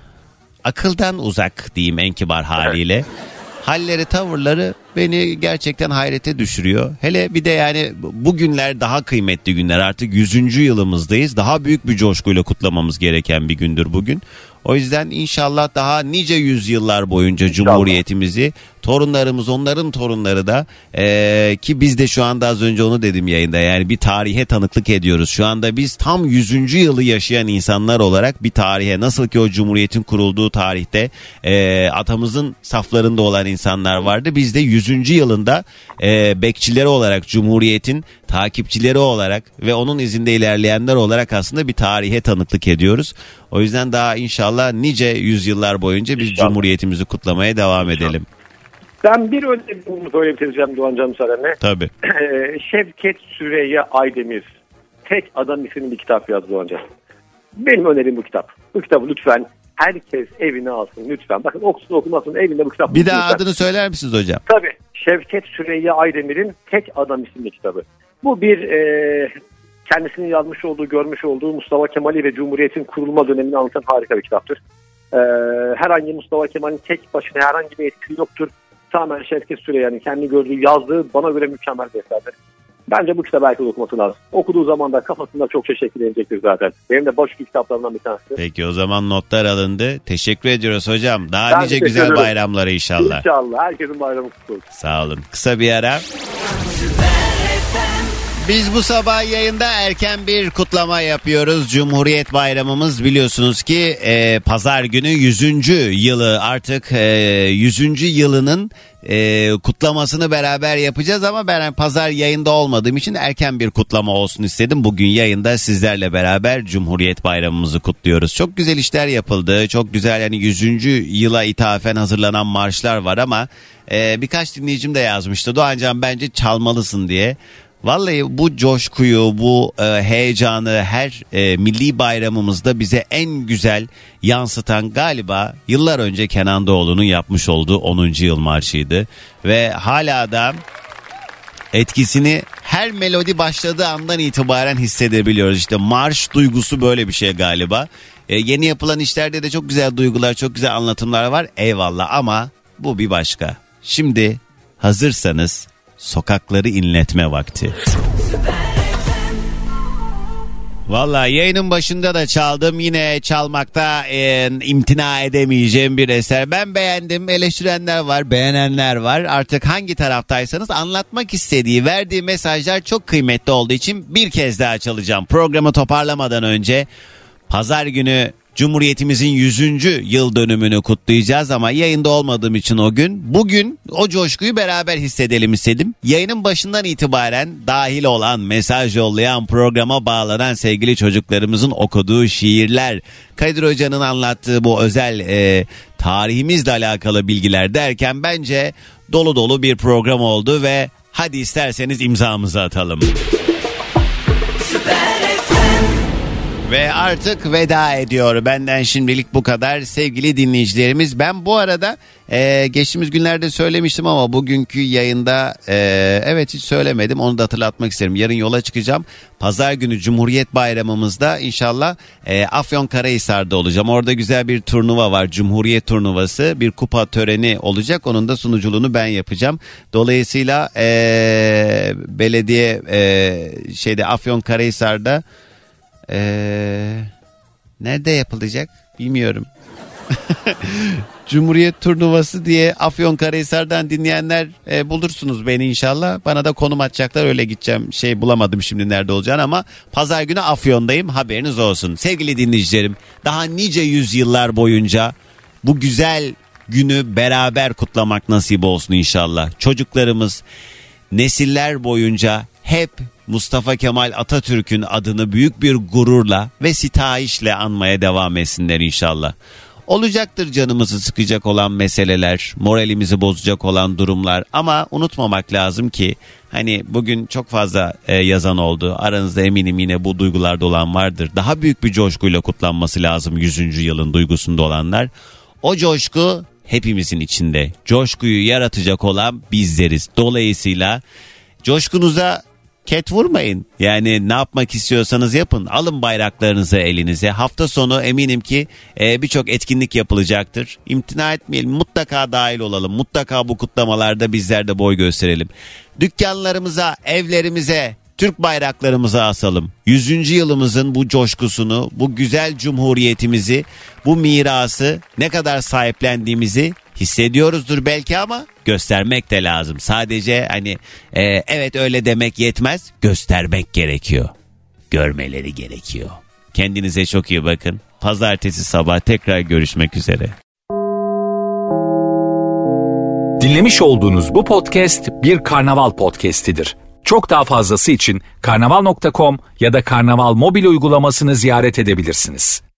akıldan uzak diyeyim en kibar haliyle. Evet. Halleri, tavırları beni gerçekten hayrete düşürüyor. Hele bir de yani bugünler daha kıymetli günler, artık yüzüncü yılımızdayız. Daha büyük bir coşkuyla kutlamamız gereken bir gündür bugün. O yüzden inşallah daha nice yüzyıllar boyunca İnşallah. Cumhuriyetimizi torunlarımız, onların torunları da ee, ki biz de şu anda az önce onu dedim yayında, yani bir tarihe tanıklık ediyoruz. Şu anda biz tam yüzüncü yılı yaşayan insanlar olarak bir tarihe, nasıl ki o Cumhuriyet'in kurulduğu tarihte ee, atamızın saflarında olan insanlar vardı. Biz de yüzüncü yılında ee, bekçileri olarak, Cumhuriyet'in takipçileri olarak ve onun izinde ilerleyenler olarak aslında bir tarihe tanıklık ediyoruz. O yüzden daha inşallah nice yüzyıllar boyunca biz İnşallah. Cumhuriyetimizi kutlamaya devam İnşallah. edelim. Ben bir önerimi söyleyebileceğim Doğancan Müsaadenle. Tabii. Şevket Süreyya Aydemir Tek Adam isimli bir kitap yazdı Doğancan. Benim önerim bu kitap. Bu kitabı lütfen herkes evine alsın lütfen. Bakın okusun okumasın evinde bu kitap. Bir daha lütfen. Adını söyler misiniz hocam? Tabii. Şevket Süreyya Aydemir'in Tek Adam isimli kitabı. Bu bir e, kendisinin yazmış olduğu, görmüş olduğu Mustafa Kemal'i ve Cumhuriyet'in kurulma dönemini anlatan harika bir kitaptır. Ee, herhangi Mustafa Kemal'in tek başına herhangi bir etkisi yoktur. Tamamen Şevket Süreyya'nın kendi gördüğü, yazdığı bana göre mükemmel bir eserdir. Bence bu kitabı herkes okuması lazım. Okuduğu zaman da kafasında çok şey şekillenecektir zaten. Benim de başucu kitaplarımdan bir tanesi. Peki o zaman notlar alındı. Teşekkür ediyoruz hocam. Daha ben nice güzel ederim. Bayramları inşallah. İnşallah. Herkesin bayramı kutlu olsun. Sağ olun. Kısa bir ara. Biz bu sabah yayında erken bir kutlama yapıyoruz. Cumhuriyet Bayramımız biliyorsunuz ki e, pazar günü yüzüncü yılı, artık e, yüzüncü yılının e, kutlamasını beraber yapacağız ama ben pazar yayında olmadığım için erken bir kutlama olsun istedim. Bugün yayında sizlerle beraber Cumhuriyet Bayramımızı kutluyoruz. Çok güzel işler yapıldı. Çok güzel, yani yüzüncü yıla ithafen hazırlanan marşlar var ama e, birkaç dinleyicim de yazmıştı. Doğancan bence çalmalısın diye. Vallahi bu coşkuyu, bu e, heyecanı her e, milli bayramımızda bize en güzel yansıtan galiba yıllar önce Kenan Doğulu'nun yapmış olduğu onuncu yıl marşıydı. Ve hala da etkisini her melodi başladığı andan itibaren hissedebiliyoruz. İşte marş duygusu böyle bir şey galiba. E, yeni yapılan işlerde de çok güzel duygular, çok güzel anlatımlar var. Eyvallah, ama bu bir başka. Şimdi hazırsanız sokakları inletme vakti. Vallahi yayının başında da çaldım. Yine çalmakta e, imtina edemeyeceğim bir eser. Ben beğendim. Eleştirenler var, beğenenler var. Artık hangi taraftaysanız anlatmak istediği, verdiği mesajlar çok kıymetli olduğu için bir kez daha çalacağım. Programı toparlamadan önce pazar günü Cumhuriyetimizin yüzüncü yıl dönümünü kutlayacağız ama yayında olmadığım için o gün, bugün o coşkuyu beraber hissedelim istedim. Yayının başından itibaren dahil olan, mesaj yollayan, programa bağlanan sevgili çocuklarımızın okuduğu şiirler, Kadir Hoca'nın anlattığı bu özel e, tarihimizle alakalı bilgiler derken bence dolu dolu bir program oldu ve hadi isterseniz imzamızı atalım. Ve artık veda ediyor. Benden şimdilik bu kadar sevgili dinleyicilerimiz. Ben bu arada e, geçtiğimiz günlerde söylemiştim ama bugünkü yayında e, evet hiç söylemedim. Onu da hatırlatmak isterim. Yarın yola çıkacağım. Pazar günü Cumhuriyet Bayramımızda inşallah e, Afyonkarahisar'da olacağım. Orada güzel bir turnuva var. Cumhuriyet turnuvası. Bir kupa töreni olacak. Onun da sunuculuğunu ben yapacağım. Dolayısıyla e, belediye e, şeyde Afyonkarahisar'da Ee, nerede yapılacak bilmiyorum. Cumhuriyet turnuvası diye Afyonkarahisar'dan dinleyenler e, bulursunuz beni inşallah. Bana da konum atacaklar, öyle gideceğim. Şey bulamadım şimdi nerede olacağını ama pazar günü Afyon'dayım, haberiniz olsun. Sevgili dinleyicilerim, daha nice yüzyıllar boyunca bu güzel günü beraber kutlamak nasip olsun inşallah. Çocuklarımız nesiller boyunca hep Mustafa Kemal Atatürk'ün adını büyük bir gururla ve sitayişle anmaya devam etsinler inşallah. Olacaktır canımızı sıkacak olan meseleler, moralimizi bozacak olan durumlar ama unutmamak lazım ki hani bugün çok fazla e, yazan oldu. Aranızda eminim yine bu duygularda olan vardır. Daha büyük bir coşkuyla kutlanması lazım yüzüncü yılın duygusunda olanlar. O coşku hepimizin içinde. Coşkuyu yaratacak olan bizleriz. Dolayısıyla coşkunuza ket vurmayın. Yani ne yapmak istiyorsanız yapın. Alın bayraklarınızı elinize. Hafta sonu eminim ki e, birçok etkinlik yapılacaktır. İmtina etmeyelim. Mutlaka dahil olalım. Mutlaka bu kutlamalarda bizler de boy gösterelim. Dükkanlarımıza, evlerimize, Türk bayraklarımızı asalım. yüzüncü yılımızın bu coşkusunu, bu güzel cumhuriyetimizi, bu mirası ne kadar sahiplendiğimizi hissediyoruzdur belki ama göstermek de lazım. Sadece hani e, evet öyle demek yetmez, göstermek gerekiyor. Görmeleri gerekiyor. Kendinize çok iyi bakın. Pazartesi sabah tekrar görüşmek üzere. Dinlemiş olduğunuz bu podcast bir Karnaval podcastidir. Çok daha fazlası için karnaval nokta com ya da Karnaval mobil uygulamasını ziyaret edebilirsiniz.